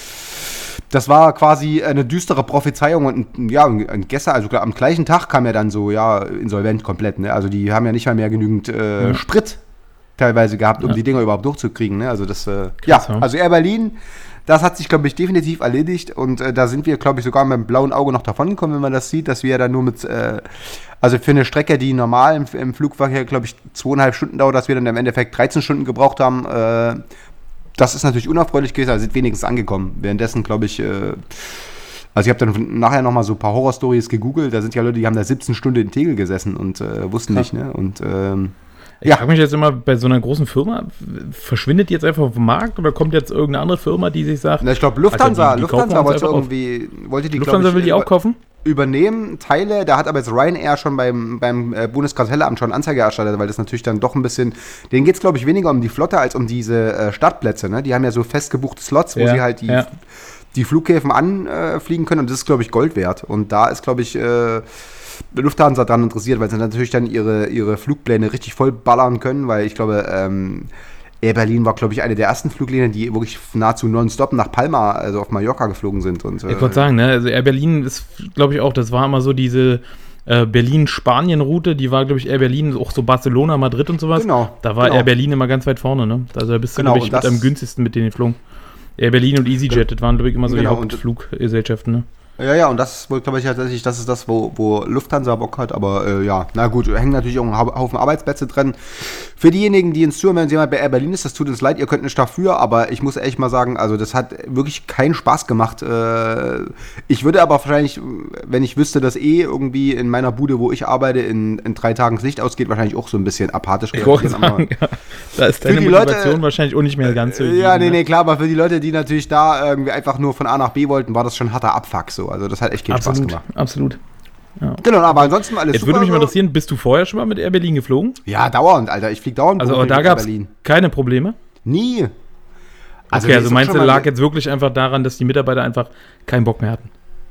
das war quasi eine düstere Prophezeiung und ja, und gestern, also am gleichen Tag kam ja dann so, ja, insolvent komplett, ne? Also die haben ja nicht mal mehr genügend äh, Ja. Sprit teilweise gehabt, um Ja. die Dinger überhaupt durchzukriegen, ne? Also das, äh, Krass, ja, ja. also Air Berlin, das hat sich, glaube ich, definitiv erledigt und äh, da sind wir, glaube ich, sogar mit dem blauen Auge noch davon gekommen, wenn man das sieht, dass wir ja dann nur mit, äh, also für eine Strecke, die normal im, im Flugverkehr, glaube ich, zweieinhalb Stunden dauert, dass wir dann im Endeffekt dreizehn Stunden gebraucht haben. Äh, das ist natürlich unerfreulich gewesen, aber sind wenigstens angekommen. Währenddessen, glaube ich, äh, also ich habe dann nachher nochmal so ein paar Horror-Stories gegoogelt, da sind ja Leute, die haben da siebzehn Stunden in Tegel gesessen und äh, wussten Krass. nicht, ne? Und ähm, Ich ja. frage mich jetzt immer, bei so einer großen Firma, verschwindet die jetzt einfach vom Markt oder kommt jetzt irgendeine andere Firma, die sich sagt, Na, ich glaube, Lufthansa, Alter, die- die kaufen Lufthansa uns wollte einfach auf. irgendwie, wollte die, Lufthansa glaub ich, will die auch über- kaufen? übernehmen, Teile, da hat aber jetzt Ryanair schon beim, beim äh, Bundeskartellamt schon Anzeige erstattet, weil das natürlich dann doch ein bisschen, denen geht es, glaube ich, weniger um die Flotte als um diese äh, Startplätze, ne? Die haben ja so fest gebuchte Slots, wo Ja, sie halt die, ja. die Flughäfen anfliegen können und das ist, glaube ich, Gold wert. Und da ist, glaube ich, äh, Lufthansa dran interessiert, weil sie natürlich dann ihre, ihre Flugpläne richtig voll ballern können, weil ich glaube, ähm, Air Berlin war, glaube ich, eine der ersten Fluglinien, die wirklich nahezu nonstop nach Palma, also auf Mallorca geflogen sind. Und, äh, Ich wollte sagen, ne, also Air Berlin ist, glaube ich, auch, das war immer so diese äh, Berlin-Spanien-Route, die war, glaube ich, Air Berlin, auch so Barcelona, Madrid und sowas. Genau, Da war genau. Air Berlin immer ganz weit vorne, ne? Also da bist du, Genau, glaube ich, und mit das- am günstigsten mit denen geflogen. Air Berlin und EasyJet, das waren, glaube ich, immer so Genau, die und- Hauptfluggesellschaften, ne? Ja, ja, und das ist wohl, glaube ich, tatsächlich, das ist das, wo, wo Lufthansa Bock hat, aber äh, ja, na gut, hängen natürlich auch ein Hau- Haufen Arbeitsplätze drin. Für diejenigen, die ins Zuhören, wenn jemand bei Air Berlin ist, das tut uns leid, ihr könnt nicht dafür, aber ich muss echt mal sagen, also das hat wirklich keinen Spaß gemacht. Äh, ich würde aber wahrscheinlich, wenn ich wüsste, dass eh irgendwie in meiner Bude, wo ich arbeite, in, in drei Tagen das Licht ausgeht, wahrscheinlich auch so ein bisschen apathisch Ich wollte reagieren, aber- sagen, ja, da ist deine die Motivation Leute- wahrscheinlich auch nicht mehr ganz so. Ja, gegeben, nee, ne? nee, klar, aber für die Leute, die natürlich da irgendwie einfach nur von A nach B wollten, war das schon harter Abfuck so. Also das hat echt keinen Spaß Absolut, gemacht. absolut. Genau, aber ansonsten alles Jetzt super. würde mich mal so. interessieren, bist du vorher schon mal mit Air Berlin geflogen? Ja, dauernd, Alter. Ich flieg dauernd Also aber beruflich da nach gab es Berlin. keine Probleme? Nie. Okay, mir also ist meinst auch du, schon mal- lag jetzt wirklich einfach daran, dass die Mitarbeiter einfach keinen Bock mehr hatten?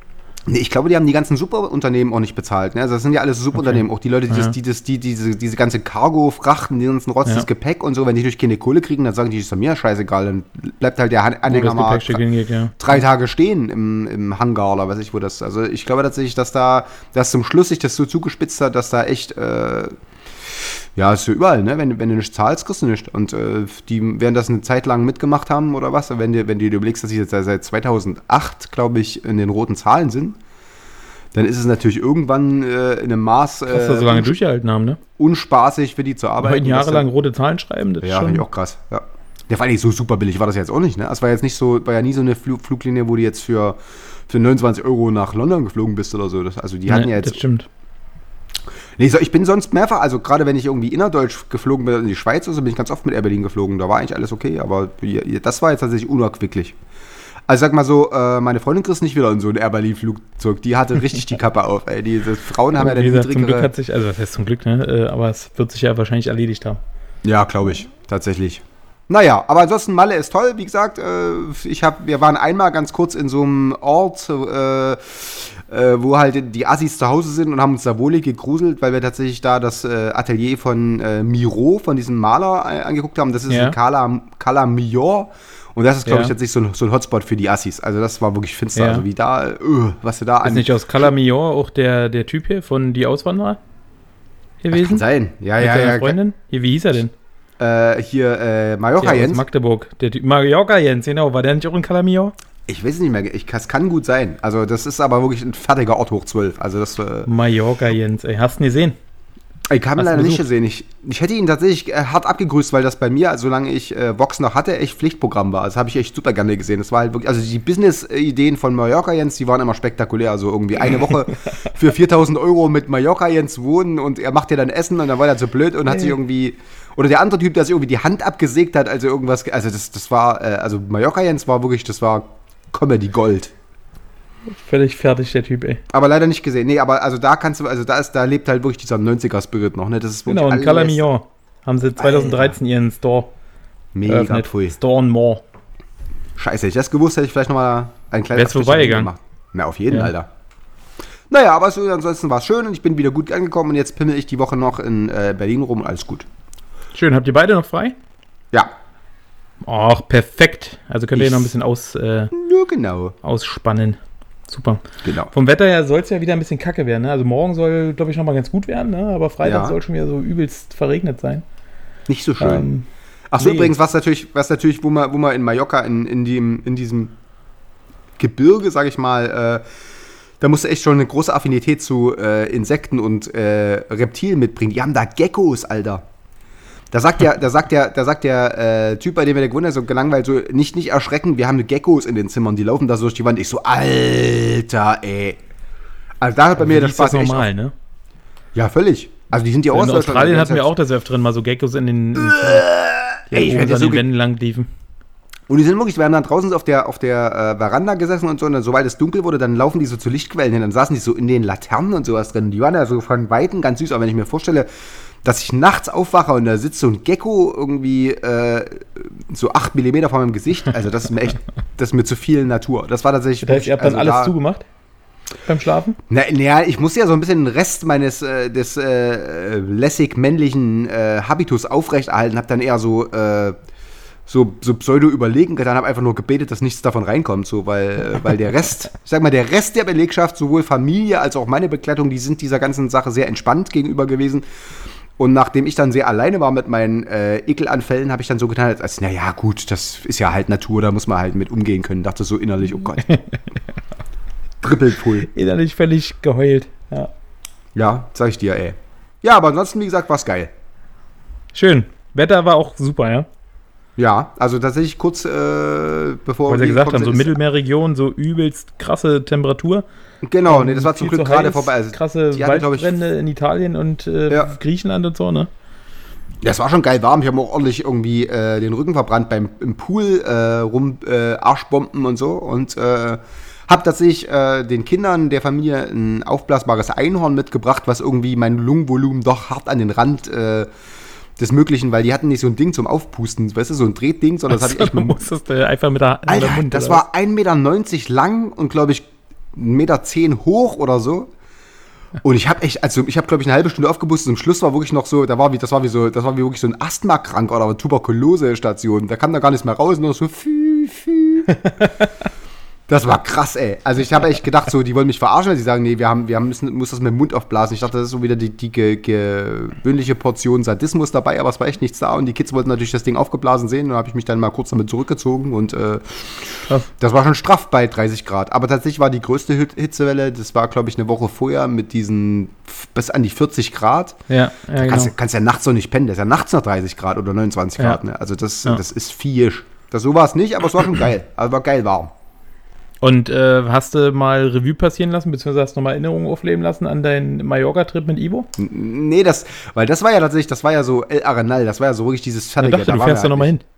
Nee, ich glaube, die haben die ganzen Subunternehmen auch nicht bezahlt. Ne? Also das sind ja alles Subunternehmen. Okay. Auch die Leute, die, ja. das, die, das, die diese, diese ganze Cargo-Frachten, die ganzen Rotz, Ja. das Gepäck und so, wenn die durch keine Kohle kriegen, dann sagen die, ist doch mir scheißegal. Dann bleibt halt der Han- Anhänger mal Gepäckstück hingeht, ja. drei Tage stehen im, im Hangar oder weiß ich wo das. Also ich glaube tatsächlich, dass da, dass zum Schluss sich das so zugespitzt hat, dass da echt, äh, ja, ist so überall, ne? Wenn, wenn du nicht zahlst, kriegst du nicht. Und äh, die werden das eine Zeit lang mitgemacht haben oder was. Wenn du, wenn du dir überlegst, dass sie jetzt seit zweitausendacht, glaube ich, in den roten Zahlen sind, dann ist es natürlich irgendwann äh, in einem Maß äh, Dass wir so lange durchgehalten haben, ne? unspaßig für die zu arbeiten. Neun Jahre dass lang dann- rote Zahlen schreiben, das Ja, ist finde ich schon... auch krass. Ja. Der war nicht so super billig, war das jetzt auch nicht, ne? Es war jetzt nicht so, war ja nie so eine Fl- Fluglinie, wo du jetzt für, für neunundzwanzig Euro nach London geflogen bist oder so. Das, also die hatten Nee, ja das jetzt. stimmt. Nee, so, ich bin sonst mehrfach, also gerade wenn ich irgendwie innerdeutsch geflogen bin in die Schweiz oder so, bin ich ganz oft mit Air Berlin geflogen. Da war eigentlich alles okay, aber hier- hier- das war jetzt tatsächlich unerquicklich. Also sag mal so, äh, meine Freundin kriegt nicht wieder in so ein Air Berlin Flugzeug. Die hatte richtig die Kappe auf, ey. Die, die Frauen haben ja Wie eine gesagt, zum Glück niedrigere. hat sich, also was heißt zum Glück, ne? Äh, Aber es wird sich ja wahrscheinlich erledigt haben. Ja, glaube ich, tatsächlich. Naja, aber ansonsten Malle ist toll, wie gesagt. Äh, ich hab, wir waren einmal ganz kurz in so einem Ort, äh, äh, wo halt die Assis zu Hause sind und haben uns da wohlig gegruselt, weil wir tatsächlich da das äh, Atelier von äh, Miro, von diesem Maler, äh, angeguckt haben. Das ist Ja. in Cala, Cala Millor. Und das ist, glaube Ja. ich, tatsächlich so ein, so ein Hotspot für die Assis. Also das war wirklich finster. Ja. Also wie da, äh, was du da Ist nicht aus Calamior auch der, der Typ hier von Die Auswanderer gewesen? Kann sein. Ja, Mit ja, seiner ja. Freundin? Hier, wie hieß er denn? Äh, hier, äh, Mallorca Der aus Jens. Magdeburg. Der Typ, Mallorca Jens, genau. War der nicht auch in Calamior? Ich weiß es nicht mehr. Ich, das kann gut sein. Also das ist aber wirklich ein fertiger Ort hoch zwölf. Also das, äh, Mallorca Jens, ey. Hast du ihn gesehen? ich habe ihn Hast du leider nicht besucht? gesehen. Ich, ich hätte ihn tatsächlich äh, hart abgegrüßt, weil das bei mir, solange ich äh, Vox noch hatte, echt Pflichtprogramm war. Das habe ich echt super gerne gesehen. Das war halt wirklich, also die Business-Ideen von Mallorca Jens, die waren immer spektakulär. Also irgendwie eine Woche für viertausend Euro mit Mallorca Jens wohnen und er macht ja dann Essen und dann war er so blöd und hat sich irgendwie, oder der andere Typ, der sich irgendwie die Hand abgesägt hat, also irgendwas, also das, das war, äh, also Mallorca Jens war wirklich, das war Comedy Gold. Völlig fertig, der Typ, ey. Aber leider nicht gesehen. Nee, aber also da kannst du, also da ist, da lebt halt wirklich dieser neunziger-Spirit noch, ne? Das ist wirklich Genau, in alles Calamior haben sie zwanzig dreizehn ihren Store mega eröffnet. pfui. Store and More. Scheiße, hätte ich das gewusst, hätte ich vielleicht nochmal einen kleinen Wärst du Abstecher vorbeigegangen? gemacht. Na, auf jeden, Ja. Alter. Naja, aber so, ansonsten war es schön und ich bin wieder gut angekommen und jetzt pimmel ich die Woche noch in äh, Berlin rum und alles gut. Schön, habt ihr beide noch frei? Ja. Ach, perfekt. Also könnt ihr Ich- noch ein bisschen aus, äh, Ja, genau. ausspannen. Super. Genau. Vom Wetter her soll es ja wieder ein bisschen kacke werden. Ne? Also morgen soll, glaube ich, nochmal ganz gut werden, ne? Aber Freitag Ja. soll schon wieder so übelst verregnet sein. Nicht so schön. Ähm, Ach so, nee. übrigens, was natürlich, was natürlich, wo man, wo man in Mallorca, in, in, dem, in diesem Gebirge, sag ich mal, äh, da musst du echt schon eine große Affinität zu äh, Insekten und äh, Reptilien mitbringen. Die haben da Geckos, Alter. Da sagt der, da sagt der, da sagt der äh, Typ, bei dem wir da gewohnt haben, so gelangweilt, so nicht, nicht erschrecken, wir haben Geckos in den Zimmern, die laufen da so durch die Wand. Ich so, Alter, ey. Also da hat bei mir der Wie ist das Spaß echt normal, auf, ne? Ja, völlig. Also die sind ja auch In aus Deutschland, Australien die hatten wir ganze auch das öfteren mal so Geckos in den, in den die Ey, ich oben werd so ja an so den ge- Wänden lang liefen. Und die sind wirklich, wir haben dann draußen auf der, auf der äh, Veranda gesessen und so, und dann, sobald es dunkel wurde, dann laufen die so zu Lichtquellen hin, dann saßen die so in den Laternen und sowas drin. Die waren ja so von Weitem ganz süß, aber wenn ich mir vorstelle, dass ich nachts aufwache und da sitzt so ein Gecko irgendwie äh, so acht Millimeter vor meinem Gesicht, also das ist mir echt, das ist mir zu viel Natur. Das war tatsächlich... Das heißt, ihr habt dann also alles da- zugemacht beim Schlafen? Na, naja, ich musste ja so ein bisschen den Rest meines äh, des äh, lässig männlichen äh, Habitus aufrechterhalten, hab dann eher so äh, so, so pseudo-überlegen getan, habe einfach nur gebetet, dass nichts davon reinkommt, so, weil, äh, weil der Rest, ich sag mal, der Rest der Belegschaft, sowohl Familie als auch meine Begleitung, die sind dieser ganzen Sache sehr entspannt gegenüber gewesen. Und nachdem ich dann sehr alleine war mit meinen äh, Ekelanfällen, habe ich dann so getan, als, als naja, gut, das ist ja halt Natur, da muss man halt mit umgehen können. Dachte so innerlich, oh Gott. Trippelpfull. Innerlich völlig geheult. Ja. Ja, sag ich dir, ey. Ja, aber ansonsten, wie gesagt, war's geil. Schön. Wetter war auch super, ja? Ja, also tatsächlich kurz äh, bevor Weil sie wir gesagt gekommen haben, so sind, ist- Mittelmeerregion, so übelst krasse Temperatur. Genau, nee, das war zum Viel Glück zu gerade heiß, vorbei. Also, krasse die hatte, glaub ich, Waldbrände in Italien und äh, Ja. Griechenland und so, ne? Ja, es war schon geil warm. Ich habe auch ordentlich irgendwie äh, den Rücken verbrannt beim im Pool äh, rum äh, Arschbomben und so. Und äh, habe tatsächlich äh, den Kindern der Familie ein aufblasbares Einhorn mitgebracht, was irgendwie mein Lungenvolumen doch hart an den Rand äh, des Möglichen, weil die hatten nicht so ein Ding zum Aufpusten, weißt du, so ein Drehding, sondern das hatte ich echt man mit, muss das äh, einfach mit der, mit der Alter, Mund. das oder war ein Meter neunzig lang und glaube ich einen Meter zehn hoch oder so. Und ich habe echt, also ich habe glaube ich eine halbe Stunde aufgebusst und zum Schluss war wirklich noch so, da war wie, das war wie so, das war wie wirklich so ein Asthma-Krank oder eine Tuberkulose-Station. Da kam da gar nichts mehr raus, nur so fü, fü. Das war krass, ey. Also ich habe echt gedacht, so, die wollen mich verarschen, weil sie sagen, nee, wir haben, wir haben müssen, muss das mit dem Mund aufblasen. Ich dachte, das ist so wieder die, die ge, gewöhnliche Portion Sadismus dabei, aber es war echt nichts da. Und die Kids wollten natürlich das Ding aufgeblasen sehen. Und dann habe ich mich dann mal kurz damit zurückgezogen. Und äh, das war schon straff bei dreißig Grad. Aber tatsächlich war die größte Hitzewelle, das war, glaube ich, eine Woche vorher mit diesen bis an die vierzig Grad. Ja, ja, da genau. kannst, kannst ja nachts noch nicht pennen. Das ist ja nachts noch dreißig Grad oder neunundzwanzig Ja. Grad. Ne? Also das, Ja. das ist viehisch. Das, so war es nicht, aber es war schon geil. Also war geil warm. Und äh, hast du mal Revue passieren lassen, beziehungsweise hast du nochmal Erinnerungen aufleben lassen an deinen Mallorca-Trip mit Ivo? N- Nee, das, weil das war ja tatsächlich, das war ja so El Arenal, das war ja so wirklich dieses Ich fertige. dachte, da du waren fährst wir da nochmal halt hin.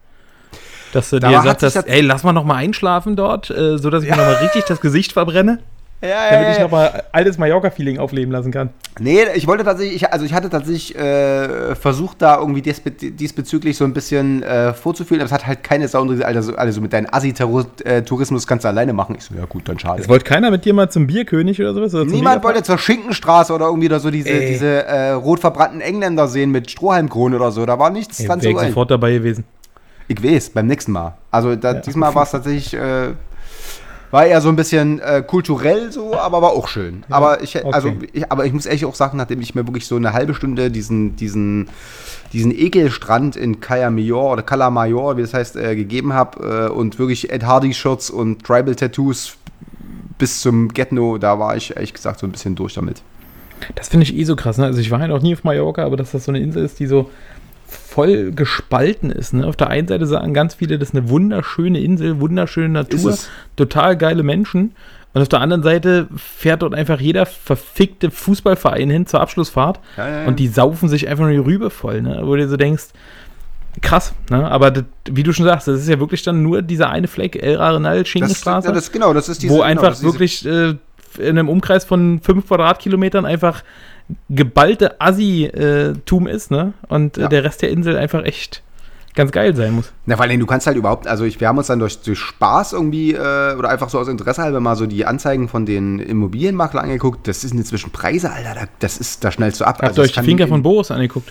Dass du Da dir hat sagst, sich dass, das- ey, lass mal nochmal einschlafen dort, äh, sodass ich mir nochmal richtig das Gesicht verbrenne, nicht. Ja, damit ich ja. nochmal altes Mallorca-Feeling aufleben lassen kann. Nee, ich wollte tatsächlich, ich, also ich hatte tatsächlich äh, versucht, da irgendwie diesbe diesbezüglich so ein bisschen äh, vorzufühlen, aber es hat halt keine Sau interessiert, Alter, so, also mit deinem Assi-Tourismus kannst du alleine machen. Ich so, ja gut, dann schade. Es wollte keiner mit dir mal zum Bierkönig oder sowas? Oder zum Niemand Megapark? wollte zur Schinkenstraße oder irgendwie da so diese, Ey. diese äh, rot verbrannten Engländer sehen mit Strohhalmkronen oder so, da war nichts Ey, dran wär zu ich rein. sofort dabei gewesen. Ich weiß, beim nächsten Mal. Also da, Ja. diesmal war es tatsächlich, äh, war eher so ein bisschen äh, kulturell so, aber war auch schön. Ja, aber, ich, also, okay. ich, aber ich muss ehrlich auch sagen, nachdem ich mir wirklich so eine halbe Stunde diesen, diesen, diesen Ekelstrand in Cala Mayor oder Cala Mayor, wie das heißt, äh, gegeben habe äh, und wirklich Ed Hardy-Shirts und Tribal-Tattoos bis zum Get-No, da war ich ehrlich gesagt so ein bisschen durch damit. Das finde ich eh so krass, ne? Also ich war ja noch nie auf Mallorca, aber dass das so eine Insel ist, die so voll gespalten ist, ne? Auf der einen Seite sagen ganz viele, das ist eine wunderschöne Insel, wunderschöne Natur, Ist es? total geile Menschen. Und auf der anderen Seite fährt dort einfach jeder verfickte Fußballverein hin zur Abschlussfahrt Ja, ja, ja. und die saufen sich einfach nur die Rübe voll, ne? Wo du dir so denkst, krass, ne? Aber das, wie du schon sagst, das ist ja wirklich dann nur dieser eine Fleck, El Arenal, Das, Schinkenstraße, ja, das, genau, das ist diese, wo genau, einfach das ist diese, wirklich äh, in einem Umkreis von fünf Quadratkilometern einfach geballte Assi-Tum ist, ne? Und äh, Ja. der Rest der Insel einfach echt ganz geil sein muss. Na, vor allem, du kannst halt überhaupt, also ich, wir haben uns dann durch, durch Spaß irgendwie, äh, oder einfach so aus Interesse halber mal so die Anzeigen von den Immobilienmaklern angeguckt. Das sind inzwischen Preise, Alter, da, das ist, da schnellst du ab. Habt Also ihr das euch die kann Finger in- von Boris angeguckt?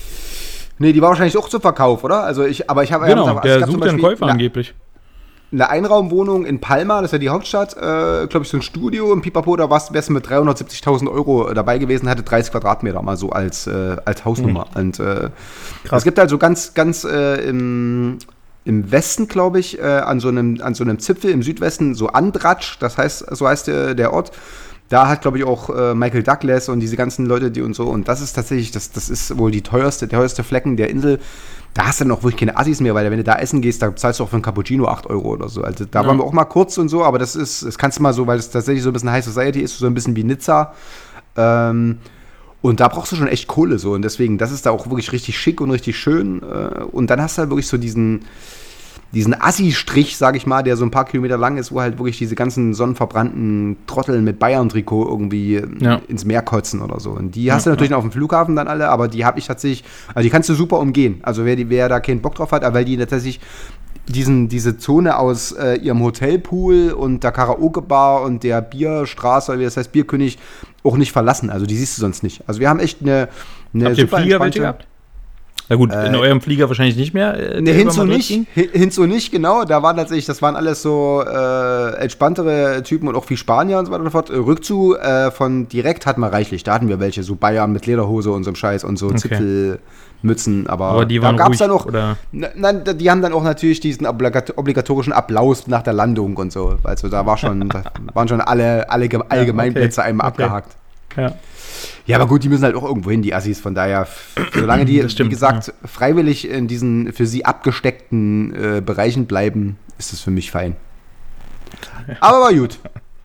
Nee, die war wahrscheinlich auch zu Verkauf, oder? Also ich, aber ich habe Genau, also es der gab zum sucht ja einen Beispiel Käufer eine, angeblich. eine Einraumwohnung in Palma, das ist ja die Hauptstadt, äh, glaube ich, so ein Studio im Pipapo, da warst du mit dreihundertsiebzigtausend Euro dabei gewesen, hatte dreißig Quadratmeter mal so als, äh, als Hausnummer. Und äh, Krass. es gibt halt so ganz, ganz äh, im, im Westen, glaube ich, äh, an, so einem, an so einem Zipfel im Südwesten, so Andratsch, das heißt, so heißt der, der Ort. Da hat, glaube ich, auch äh, Michael Douglas und diese ganzen Leute, die und so. Und das ist tatsächlich, das, das ist wohl die teuerste, der teuerste Flecken der Insel. Da hast du dann auch wirklich keine Assis mehr, weil wenn du da essen gehst, da zahlst du auch für ein Cappuccino acht Euro oder so. Also da Ja. waren wir auch mal kurz und so, aber das ist, das kannst du mal so, weil es tatsächlich so ein bisschen High Society ist, so ein bisschen wie Nizza. Ähm, und da brauchst du schon echt Kohle so. Und deswegen, das ist da auch wirklich richtig schick und richtig schön. Äh, und dann hast du halt wirklich so diesen, diesen Assi-Strich, sag ich mal, der so ein paar Kilometer lang ist, wo halt wirklich diese ganzen sonnenverbrannten Trotteln mit Bayern-Trikot irgendwie Ja. ins Meer kotzen oder so. Und die hast Ja, du natürlich noch auf dem Flughafen dann alle, aber die habe ich tatsächlich, also die kannst du super umgehen. Also wer, die, wer da keinen Bock drauf hat, aber weil die tatsächlich diesen, diese Zone aus äh, ihrem Hotelpool und der Karaoke-Bar und der Bierstraße, oder wie das heißt, Bierkönig, auch nicht verlassen. Also die siehst du sonst nicht. Also wir haben echt eine, eine Habt ihr super Flieger welche entspannte- gehabt? Na gut, Äh, in eurem Flieger wahrscheinlich nicht mehr. Äh, Ne, der hinzu über Madrid nicht, ging. Hin- hinzu nicht, genau. Da waren tatsächlich, das waren alles so äh, entspanntere Typen und auch viel Spanier und so weiter und so fort. Äh, Rückzu äh, von direkt hatten wir reichlich. Da hatten wir welche, so Bayern mit Lederhose und so einem Scheiß und so Okay. Zipfelmützen. Aber, Aber die da waren gab's ruhig, dann auch, oder? N- Nein, die haben dann auch natürlich diesen obligat- obligatorischen Applaus nach der Landung und so. Also da war schon, da waren schon alle, alle Ge- Allgemeinplätze okay. einmal Okay. abgehakt. Ja. Ja, aber gut, die müssen halt auch irgendwo hin, die Assis. Von daher, f- solange die, Das stimmt, wie gesagt, freiwillig in diesen für sie abgesteckten äh, Bereichen bleiben, ist es für mich fein. Aber war gut.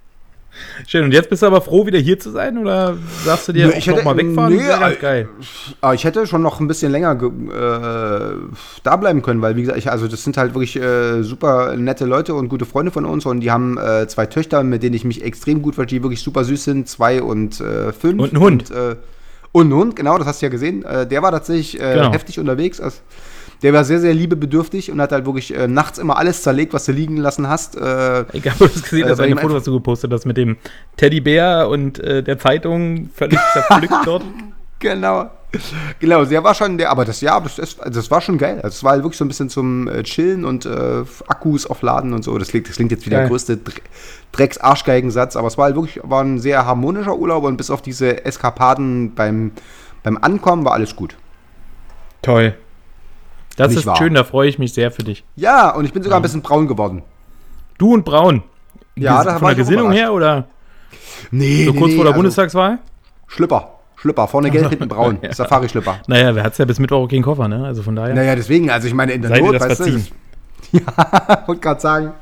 Schön, und jetzt bist du aber froh, wieder hier zu sein? Oder sagst du dir, Nö, ich hätte- nochmal wegfahren? nö, Wäre ganz äh, geil. Aber ich hätte schon noch ein bisschen länger ge- äh, da bleiben können, weil, wie gesagt, ich, also das sind halt wirklich äh, super nette Leute und gute Freunde von uns und die haben äh, zwei Töchter, mit denen ich mich extrem gut verstehe, die wirklich super süß sind, zwei und äh, fünf. Und ein Hund. Und, äh, und ein Hund, genau, das hast du ja gesehen. Äh, der war tatsächlich äh, Genau. heftig unterwegs. Also, Der war sehr, sehr liebebedürftig und hat halt wirklich äh, nachts immer alles zerlegt, was du liegen lassen hast. Äh, Ich habe das gesehen, äh, das bei eine ihm Foto, was du gepostet hast mit dem Teddybär und äh, der Zeitung völlig zerpflückt dort. Genau. Genau, der war schon der, aber das ja, das, das, das war schon geil. Also es war halt wirklich so ein bisschen zum äh, Chillen und äh, Akkus aufladen und so. Das klingt, das klingt jetzt wie der Geil. größte Dre- Drecks-Arschgeigensatz, aber es war halt wirklich war ein sehr harmonischer Urlaub und bis auf diese Eskapaden beim, beim Ankommen war alles gut. Toll. Das Nicht ist wahr. schön, da freue ich mich sehr für dich. Ja, und ich bin sogar ein bisschen braun geworden. Du und Braun. Ja, Ges- da Von war der ich auch Gesinnung überrascht. her oder Nee, so nee, kurz nee, vor der also Bundestagswahl? Schlüpper. Schlüpper. Vorne gelb, hinten braun. Ja. Safari-Schlüpper. Naja, wer hat's ja bis Mittwoch auch keinen Koffer, ne? Also von daher. Naja, deswegen, also ich meine, in der Seid ihr Not, das weißt du. verziehen? Ja, wollte gerade sagen.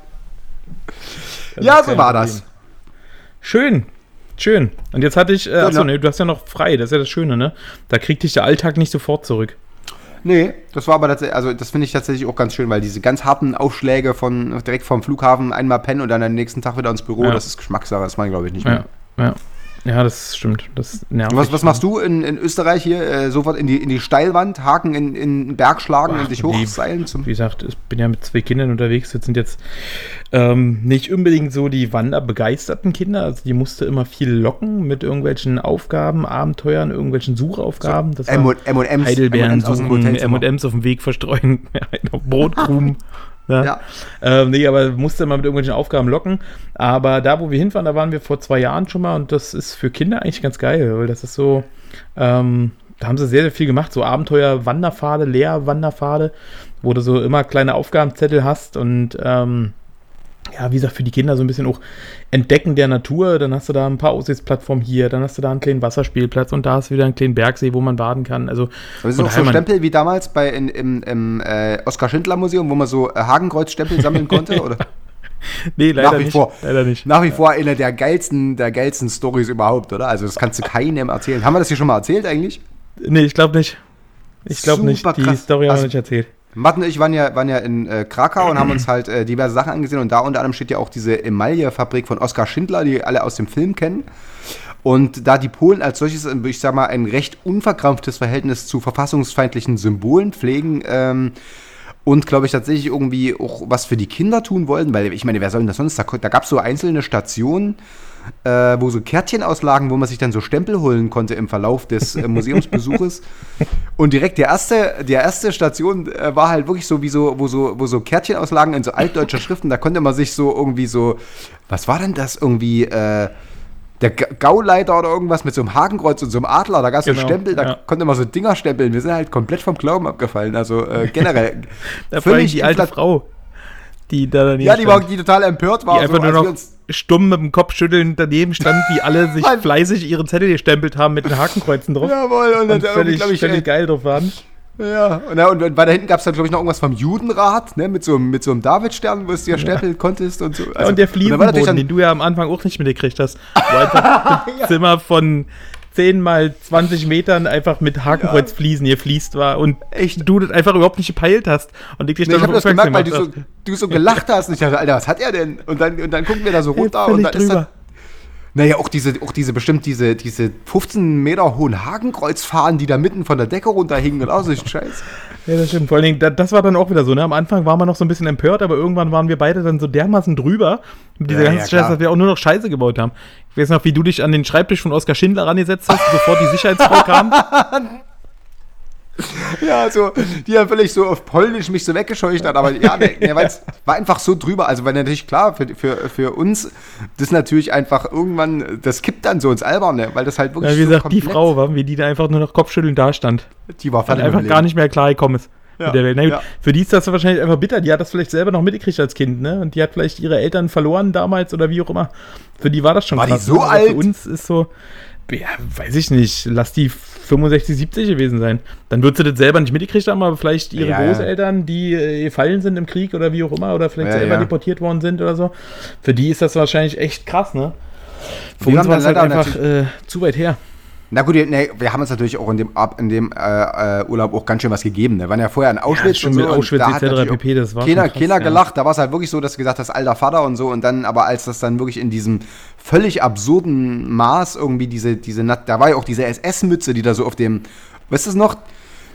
Das Ja, ist so kein war Problem. das. Schön. Schön. Und jetzt hatte ich, äh, achso, Genau. ne, du hast ja noch frei, das ist ja das Schöne, ne? Da kriegt dich der Alltag nicht sofort zurück. Nee, das war aber tatsächlich, also das finde ich tatsächlich auch ganz schön, weil diese ganz harten Aufschläge von direkt vom Flughafen einmal pennen und dann am nächsten Tag wieder ins Büro, Ja. das ist Geschmackssache, das mache ich glaube ich nicht Ja, mehr. ja. Ja, das stimmt. Das nervt. Und was, mich was schon. machst du in, in Österreich hier? Äh, sofort in die, in die Steilwand, Haken in, in den Berg schlagen Ach, und dich nee. hochseilen? Zum Wie gesagt, ich bin ja mit zwei Kindern unterwegs. Das sind jetzt ähm, nicht unbedingt so die wanderbegeisterten Kinder. Also die musste immer viel locken mit irgendwelchen Aufgaben, Abenteuern, irgendwelchen Suchaufgaben. Das M war und M und M's Heidelbeeren M und M's aus dem suchen, Hotelzimmer. M und M's auf dem Weg verstreuen, ja, Brotkrumen. Ja. Ja. Ähm, nee, aber musste immer mit irgendwelchen Aufgaben locken. Aber da, wo wir hinfahren, da waren wir vor zwei Jahren schon mal und das ist für Kinder eigentlich ganz geil, weil das ist so, ähm, da haben sie sehr, sehr viel gemacht, so Abenteuer-Wanderpfade, Lehrwanderpfade, wo du so immer kleine Aufgabenzettel hast und ähm, ja, wie gesagt, für die Kinder so ein bisschen auch Entdecken der Natur. Dann hast du da ein paar Aussichtsplattformen hier, dann hast du da einen kleinen Wasserspielplatz und da hast du wieder einen kleinen Bergsee, wo man baden kann. Also, Das ist von auch so daher, man- Stempel wie damals bei in, im, im äh, Oskar-Schindler-Museum, wo man so äh, Hakenkreuz-Stempel sammeln konnte, oder? nee, leider Nach wie nicht. vor. Leider nicht. Nach wie vor eine der geilsten, der geilsten Stories überhaupt, oder? Also das kannst du keinem erzählen. Haben wir das hier schon mal erzählt eigentlich? Nee, ich glaube nicht. Ich glaube nicht. Super Die krass. Story haben Also- wir nicht erzählt. Matt und ich waren ja, waren ja in äh, Krakau und haben uns halt äh, diverse Sachen angesehen und da unter anderem steht ja auch diese Emaille-Fabrik von Oskar Schindler, die alle aus dem Film kennen. Und da die Polen als solches, äh, ich sag mal, ein recht unverkrampftes Verhältnis zu verfassungsfeindlichen Symbolen pflegen ähm, und, glaube ich, tatsächlich irgendwie auch was für die Kinder tun wollten, weil ich meine, wer soll denn das sonst? Da, da gab es so einzelne Stationen, äh, wo so Kärtchen auslagen, wo man sich dann so Stempel holen konnte im Verlauf des äh, Museumsbesuches. Und direkt der erste, die erste Station äh, war halt wirklich so wie so, wo so, wo so Kärtchen auslagen in so altdeutscher Schriften. Da konnte man sich so irgendwie so, was war denn das irgendwie, äh, der Ga- Gauleiter oder irgendwas mit so einem Hakenkreuz und so einem Adler, da gab es so Genau, Stempel, da ja. konnte man so Dinger stempeln. Wir sind halt komplett vom Glauben abgefallen. Also äh, generell. Da vor allem die alte inflat- Frau, die da daneben Ja, die, war, stand, die total empört war. die einfach so, nur als wir noch uns- stumm mit dem Kopf schütteln daneben stand, wie alle sich Mann. fleißig ihre Zettel gestempelt haben mit den Hakenkreuzen drauf. Jawohl, und, und dann völlig, glaube ich, völlig ey, geil drauf waren. ja, und, ja, und, und weiter hinten gab es dann, glaube ich, noch irgendwas vom Judenrat, ne, mit so, einem- mit so einem Davidstern, wo es dir stempeln konntest und so. Ja, und der dann war natürlich Fliesenboden, dann- den du ja am Anfang auch nicht mitgekriegt hast. Wo einfach das Zimmer von zehn mal zwanzig Metern einfach mit Hakenkreuzfliesen hier fließt war und Echt? du das einfach überhaupt nicht gepeilt hast und dich Nee, dann ich habe noch das gemerkt, weil du aufmerksam so, gemacht du so gelacht hast. Und ich dachte, Alter, was hat er denn? Und dann, und dann gucken wir da so hast. runter Völlig und dann ist drüber. das. Naja, auch diese, auch diese bestimmt diese, diese fünfzehn Meter hohen Hakenkreuzfahnen, die da mitten von der Decke runterhingen und auch so ein Scheiß. Ja, das stimmt. Vor allen Dingen, da, das war dann auch wieder so, ne? Am Anfang waren wir noch so ein bisschen empört, aber irgendwann waren wir beide dann so dermaßen drüber mit dieser Ja, ganzen ja, Scheiße, klar. dass wir auch nur noch Scheiße gebaut haben. Ich weiß noch, wie du dich an den Schreibtisch von Oskar Schindler rangesetzt hast, sofort die Sicherheitsfrau kam. Ja, so, die dann völlig so auf Polnisch mich so weggescheucht hat, aber ja, ne, ne, weil es war einfach so drüber, also weil natürlich klar, für, für, für uns, das natürlich einfach irgendwann, das kippt dann so ins Alberne, weil das halt wirklich Ja, wie so gesagt, die komplett- Frau war, wie die da einfach nur noch kopfschüttelnd da stand. die war Und fertig einfach mit dem gar Leben. nicht mehr klar gekommen ist Ja, mit der Welt. Na gut, ja. für die ist das wahrscheinlich einfach bitter. Die hat das vielleicht selber noch mitgekriegt als Kind, ne? Und die hat vielleicht ihre Eltern verloren damals oder wie auch immer. Für die war das schon War die krass. so ne? Aber alt? Für uns ist so, ja, weiß ich nicht, lass die fünfundsechzig, siebzig gewesen sein. Dann wird sie das selber nicht mitgekriegt haben, aber vielleicht ihre Ja, ja. Großeltern, die äh, gefallen sind im Krieg oder wie auch immer, oder vielleicht Ja, selber ja. deportiert worden sind oder so. Für die ist das wahrscheinlich echt krass, ne? Für Wir uns haben war dann es halt leider einfach äh, zu weit her. Na gut, ne, wir haben uns natürlich auch in dem, Ab- in dem äh, äh, Urlaub auch ganz schön was gegeben. Wir waren ja vorher in Auschwitz schon und so. mit und Auschwitz da et hat cetera natürlich auch pp, das war Keiner, schon krass, keiner ja. gelacht. Da war es halt wirklich so, dass du gesagt hast, alter Vater und so. Und dann, aber als das dann wirklich in diesem völlig absurden Maß irgendwie diese, diese, Nat- da war ja auch diese S S-Mütze, die da so auf dem, weißt du es noch?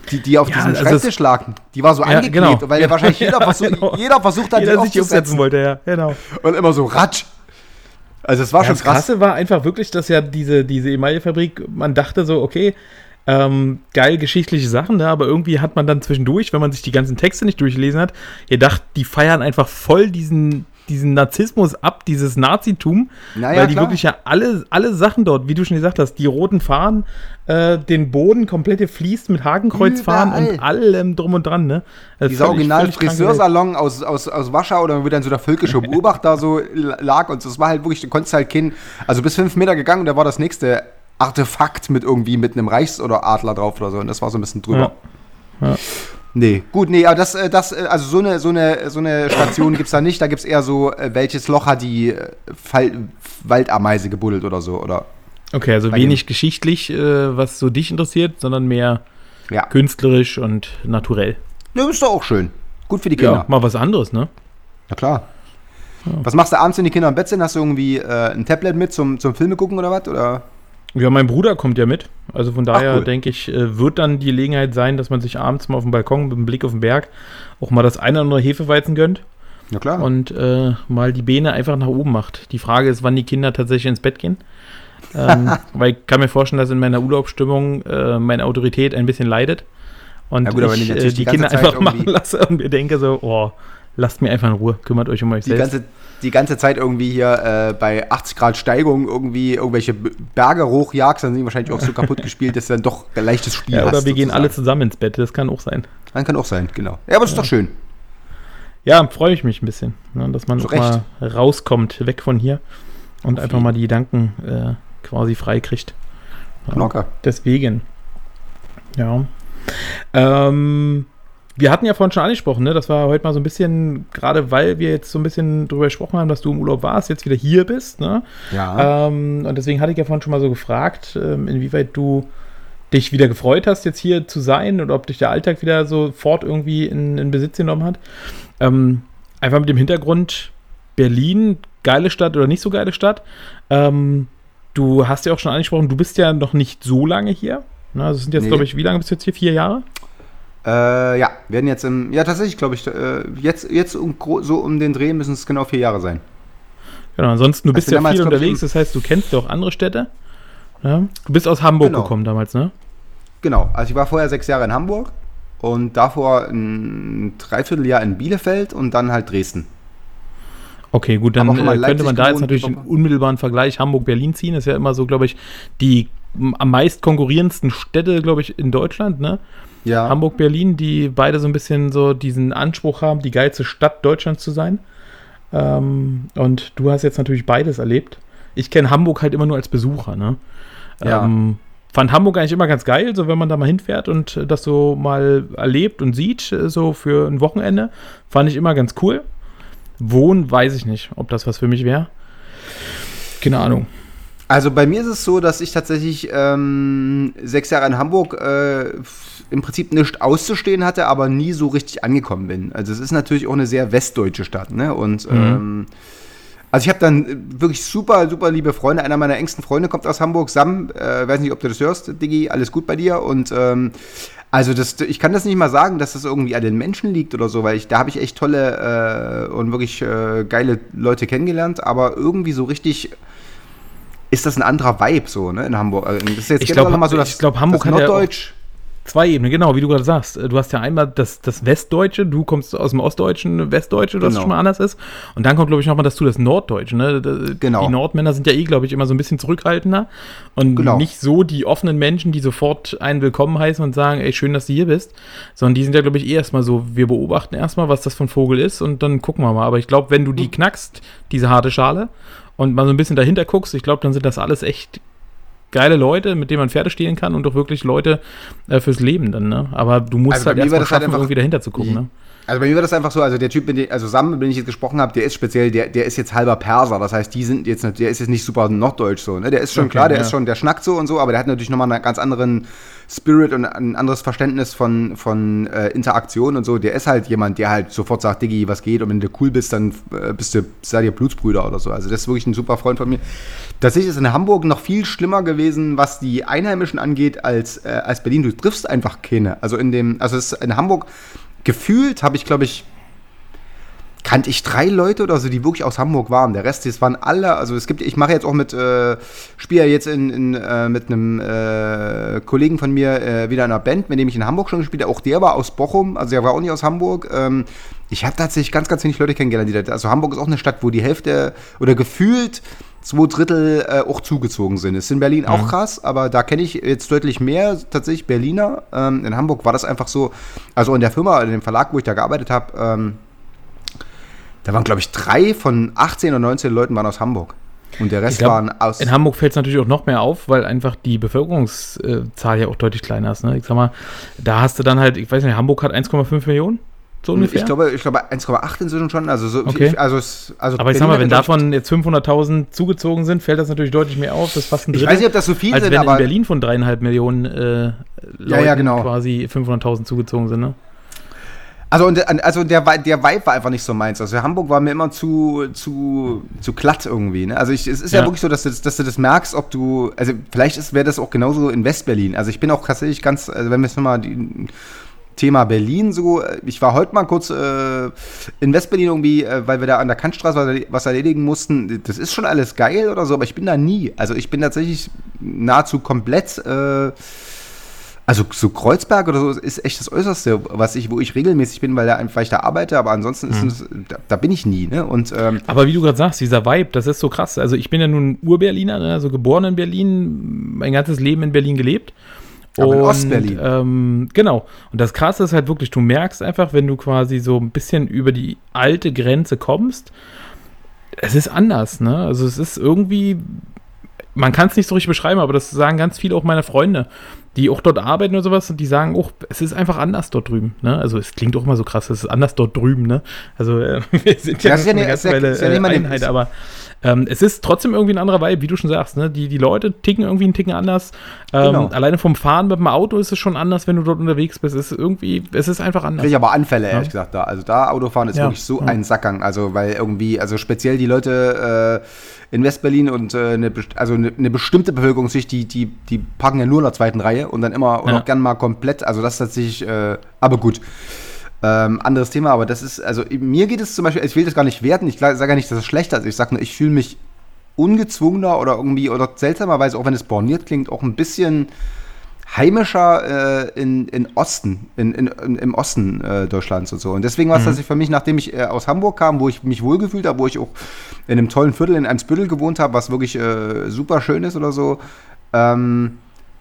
Die, die auf Ja, diesem also Schreibtisch lagen. Die war so Ja, angeklebt, genau. weil ja wahrscheinlich jeder, Ja, versuch, genau. jeder versucht hat, Jeder die sich die umsetzen aufzusetzen. wollte, ja, genau. Und immer so ratsch. Also es war Ja, schon das krass. Krasse war einfach wirklich, dass ja diese, diese Emaille-Fabrik, man dachte so, okay, ähm, geil geschichtliche Sachen, ne? Aber irgendwie hat man dann zwischendurch, wenn man sich die ganzen Texte nicht durchgelesen hat, gedacht, die feiern einfach voll diesen, diesen Narzissmus ab, dieses Nazitum, Naja, weil die klar. wirklich ja alle, alle Sachen dort, wie du schon gesagt hast, die roten Fahnen, äh, den Boden komplett gefliest mit Hakenkreuzfahren Überall. und allem drum und dran, ne? Also Dieser völlig- original völlig kranke Welt. Friseursalon aus, aus, aus Warschau, oder wo dann so der völkische Beobachter so lag und so. Das war halt wirklich, du konntest halt keinen, also bis fünf Meter gegangen und da war das nächste Artefakt mit irgendwie mit einem Reichs- oder Adler drauf oder so und das war so ein bisschen drüber. Ja. Ja. Nee, gut, nee, aber das, äh, das, äh, also so eine, so eine, so eine Station gibt's da nicht, da gibt's eher so, äh, welches Loch hat die äh, Fall, Waldameise gebuddelt oder so, oder? Okay, also Bei wenig geschichtlich, äh, was so dich interessiert, sondern mehr Ja. künstlerisch und naturell. Ja, ist doch auch schön. Gut für die Ja, Kinder. mal was anderes, ne? Na klar. Was machst du abends, wenn die Kinder im Bett sind? Hast du irgendwie äh, ein Tablet mit zum, zum Filme gucken oder was? Oder? Ja, mein Bruder kommt ja mit. Also von daher cool. denke ich, äh, wird dann die Gelegenheit sein, dass man sich abends mal auf dem Balkon mit dem Blick auf den Berg auch mal das eine oder andere Hefeweizen gönnt Na klar. und äh, mal die Beine einfach nach oben macht. Die Frage ist, wann die Kinder tatsächlich ins Bett gehen. ähm, weil ich kann mir vorstellen, dass in meiner Urlaubsstimmung äh, meine Autorität ein bisschen leidet. Und Ja gut, aber ich die äh, natürlich die die ganze Kinder Zeit einfach machen irgendwie- lasse und mir denke so, oh, lasst mir einfach in Ruhe, kümmert euch um euch die selbst. ganze, die ganze Zeit irgendwie hier äh, bei achtzig Grad Steigung irgendwie irgendwelche B- Berge hochjagst, dann sind die wahrscheinlich auch so kaputt gespielt, dass du dann doch ein leichtes Spiel Ja, oder hast. wir gehen sozusagen. alle zusammen ins Bett, das kann auch sein. Dann kann auch sein, genau. Ja, aber das ist doch schön. Ja, freue ich mich ein bisschen, ne, dass man Zu auch mal rauskommt, weg von hier und Auf einfach jeden. mal die Gedanken äh, quasi frei kriegt. Ja, Locker. deswegen. Ja. Ähm, wir hatten ja vorhin schon angesprochen, ne? Das war heute mal so ein bisschen, gerade weil wir jetzt so ein bisschen drüber gesprochen haben, dass du im Urlaub warst, jetzt wieder hier bist, ne? Ja. Ähm, und deswegen hatte ich ja vorhin schon mal so gefragt, ähm, inwieweit du dich wieder gefreut hast, jetzt hier zu sein oder ob dich der Alltag wieder sofort irgendwie in, in Besitz genommen hat. Ähm, einfach mit dem Hintergrund Berlin, geile Stadt oder nicht so geile Stadt. Ähm, du hast ja auch schon angesprochen, du bist ja noch nicht so lange hier. Na, das sind jetzt, Nee. glaube ich, wie lange bist du jetzt hier? Vier Jahre? Äh, ja, werden jetzt im, ja tatsächlich, glaube ich, äh, jetzt, jetzt um, gro- so um den Dreh müssen es genau vier Jahre sein. Genau, ansonsten, du Also bist wir ja haben jetzt, viel glaub ich, unterwegs, im- das heißt, du kennst ja auch andere Städte. Ja? Du bist aus Hamburg Genau. gekommen damals, ne? Genau, also ich war vorher sechs Jahre in Hamburg und davor ein Dreivierteljahr in Bielefeld und dann halt Dresden. Okay, gut, dann Aber auch schon mal äh, in könnte Leipzig man da jetzt gewohnt, natürlich einen aber- unmittelbaren Vergleich Hamburg-Berlin ziehen. Das ist ja immer so, glaube ich, die m, am meist konkurrierendsten Städte, glaube ich, in Deutschland, ne? Ja. Hamburg, Berlin, die beide so ein bisschen so diesen Anspruch haben, die geilste Stadt Deutschlands zu sein. Ähm, und du hast jetzt natürlich beides erlebt. Ich kenne Hamburg halt immer nur als Besucher, ne? Ja. Ähm, fand Hamburg eigentlich immer ganz geil, so wenn man da mal hinfährt und äh, das so mal erlebt und sieht, äh, so für ein Wochenende. Fand ich immer ganz cool. Wohnen weiß ich nicht, ob das was für mich wäre. Keine Ahnung. Also bei mir ist es so, dass ich tatsächlich ähm, sechs Jahre in Hamburg äh, f- im Prinzip nichts auszustehen hatte, aber nie so richtig angekommen bin. Also es ist natürlich auch eine sehr westdeutsche Stadt, ne? Und Mhm. ähm, also ich habe dann äh, wirklich super, super liebe Freunde. Einer meiner engsten Freunde kommt aus Hamburg, Sam. Äh, weiß nicht, ob du das hörst, Diggi. Alles gut bei dir? Und ähm, also das, ich kann das nicht mal sagen, dass das irgendwie an den Menschen liegt oder so, weil ich da habe ich echt tolle äh, und wirklich äh, geile Leute kennengelernt, aber irgendwie so richtig ist das ein anderer Vibe so, ne, in Hamburg. Also das ist jetzt Ich generell glaub, noch mal so, ich dass glaub, Hamburg das hat ja auch- Norddeutsch. Zwei Ebenen, genau, wie du gerade sagst. Du hast ja einmal das, das Westdeutsche, du kommst aus dem Ostdeutschen, Westdeutsche, das Genau. schon mal anders ist. Und dann kommt, glaube ich, nochmal dazu das Norddeutsche. Ne? Da- Genau. Die Nordmänner sind ja eh, glaube ich, immer so ein bisschen zurückhaltender und Genau. nicht so die offenen Menschen, die sofort einen willkommen heißen und sagen, ey, schön, dass du hier bist. Sondern die sind ja, glaube ich, eh erstmal so, wir beobachten erstmal, was das für ein Vogel ist und dann gucken wir mal. Aber ich glaube, wenn du die knackst, diese harte Schale, und mal so ein bisschen dahinter guckst, ich glaube, dann sind das alles echt geile Leute, mit denen man Pferde stehlen kann und doch wirklich Leute äh, fürs Leben dann, ne? Aber du musst Also bei halt mir erstmal war das halt schaffen, einfach- irgendwie dahinter zu gucken, ne? Also bei mir war das einfach so, also der Typ, mit dem, also Sam, mit dem ich jetzt gesprochen habe, der ist speziell, der, der ist jetzt halber Perser, das heißt, die sind jetzt, nicht- der ist jetzt nicht super norddeutsch so, ne? Der ist schon Okay, klar, der ja. ist schon, der schnackt so und so, aber der hat natürlich nochmal einen ganz anderen Spirit und ein anderes Verständnis von, von äh, Interaktion und so. Der ist halt jemand, der halt sofort sagt, Diggi, was geht? Und wenn du cool bist, dann äh, bist du, seid ihr Blutsbrüder oder so. Also das ist wirklich ein super Freund von mir. Tatsächlich ist in Hamburg noch viel schlimmer gewesen, was die Einheimischen angeht, als, äh, als Berlin. Du triffst einfach keine. Also in dem, also es ist in Hamburg gefühlt, habe ich, glaube ich, kannte ich drei Leute oder so, die wirklich aus Hamburg waren. Der Rest, das waren alle, also es gibt, ich mache jetzt auch mit, äh, spiele ja jetzt in, in, äh, mit einem äh, Kollegen von mir äh, wieder in einer Band, mit dem ich in Hamburg schon gespielt habe. Auch der war aus Bochum, also der war auch nicht aus Hamburg. Ähm, ich habe tatsächlich ganz, ganz wenig Leute kennengelernt. Die da, also Hamburg ist auch eine Stadt, wo die Hälfte oder gefühlt zwei Drittel äh, auch zugezogen sind. Ist in Berlin mhm. auch krass, aber da kenne ich jetzt deutlich mehr tatsächlich Berliner. Ähm, in Hamburg war das einfach so, also in der Firma, in dem Verlag, wo ich da gearbeitet habe, ähm, da waren, glaube ich, drei von achtzehn oder neunzehn Leuten waren aus Hamburg. Und der Rest glaub, waren aus... In Hamburg fällt es natürlich auch noch mehr auf, weil einfach die Bevölkerungszahl ja auch deutlich kleiner ist. Ne? Ich sag mal, da hast du dann halt, ich weiß nicht, Hamburg hat eins Komma fünf Millionen, so ungefähr? Ich glaube, ich glaube eins Komma acht inzwischen schon. Also so, okay. also, also aber ich sag mal, wenn davon jetzt fünfhunderttausend zugezogen sind, fällt das natürlich deutlich mehr auf. Das ist fast ein Drittel. Ich weiß nicht, ob das so viel als sind, wenn aber... in Berlin von dreieinhalb Millionen äh, Leuten ja, ja, genau. quasi fünfhunderttausend zugezogen sind, ne? Also, und, also der, der Vibe war einfach nicht so meins. Also Hamburg war mir immer zu, zu, zu glatt irgendwie. Ne? Also ich, es ist ja, ja wirklich so, dass du, dass du das merkst, ob du, also vielleicht wäre das auch genauso in Westberlin. Also ich bin auch tatsächlich ganz, also wenn wir jetzt mal die Thema Berlin so, ich war heute mal kurz äh, in Westberlin irgendwie, äh, weil wir da an der Kantstraße was erledigen mussten. Das ist schon alles geil oder so, aber ich bin da nie. Also ich bin tatsächlich nahezu komplett... Äh, Also so Kreuzberg oder so ist echt das Äußerste, was ich, wo ich regelmäßig bin, weil, da, weil ich da arbeite, aber ansonsten ist mhm. es, da, da bin ich nie. Ne? Und, ähm, aber wie du gerade sagst, dieser Vibe, das ist so krass. Also ich bin ja nun Ur-Berliner, ne? Also geboren in Berlin, mein ganzes Leben in Berlin gelebt. Aber und, in Ostberlin. Ähm, genau. Und das Krasse ist halt wirklich, du merkst einfach, wenn du quasi so ein bisschen über die alte Grenze kommst, es ist anders, ne? Also es ist irgendwie, man kann es nicht so richtig beschreiben, aber das sagen ganz viele auch meine Freunde, die auch dort arbeiten oder sowas, und die sagen auch, es ist einfach anders dort drüben, ne? Also es klingt auch immer so krass, es ist anders dort drüben, ne? Also äh, wir sind ja, ja, ist ja eine eine, ganze Weile ja, ja äh, Einheit, aber ähm, es ist trotzdem irgendwie ein anderer Vibe, wie du schon sagst, ne? Die, die Leute ticken irgendwie einen Ticken anders. Ähm, genau. Alleine vom Fahren mit dem Auto ist es schon anders, wenn du dort unterwegs bist. Es ist irgendwie, es ist einfach anders. Kriege ich aber Anfälle, ehrlich ja. gesagt, da. Also da Autofahren ist ja. wirklich so ja. ein Sackgang. Also weil irgendwie, also speziell die Leute äh, in Westberlin und äh, eine, also eine, eine bestimmte Bevölkerungsschicht, die, die, die parken ja nur in der zweiten Reihe und dann immer und ja. auch gern mal komplett, also das ist tatsächlich, äh, aber gut. Ähm, anderes Thema, aber das ist, also mir geht es zum Beispiel, ich will das gar nicht werten, ich sage ja nicht, dass es schlechter ist, ich sage nur, ich fühle mich ungezwungener oder irgendwie, oder seltsamerweise, auch wenn es borniert klingt, auch ein bisschen heimischer äh, in, in Osten, in, in, in, im Osten äh, Deutschlands und so. Und deswegen war es mhm. tatsächlich für mich, nachdem ich äh, aus Hamburg kam, wo ich mich wohlgefühlt habe, wo ich auch in einem tollen Viertel in Eimsbüttel gewohnt habe, was wirklich äh, super schön ist oder so, ähm,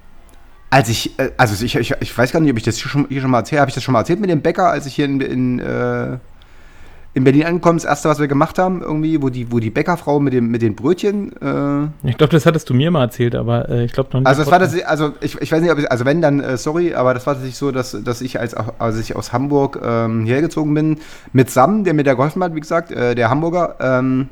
als ich, äh, also ich, ich, ich weiß gar nicht, ob ich das hier schon, hier schon mal erzählt habe, habe ich das schon mal erzählt mit dem Bäcker, als ich hier in, in äh, in Berlin angekommen, das erste, was wir gemacht haben, irgendwie, wo die, wo die Bäckerfrau mit, dem, mit den Brötchen. Äh ich glaube, das hattest du mir mal erzählt, aber äh, ich glaube noch nicht. Also, das war das, also ich, ich weiß nicht, ob ich, also wenn, dann, äh, sorry, aber das war tatsächlich so, dass, dass ich, als, als ich aus Hamburg ähm, hergezogen bin, mit Sam, der mir da geholfen hat, wie gesagt, äh, der Hamburger, ähm,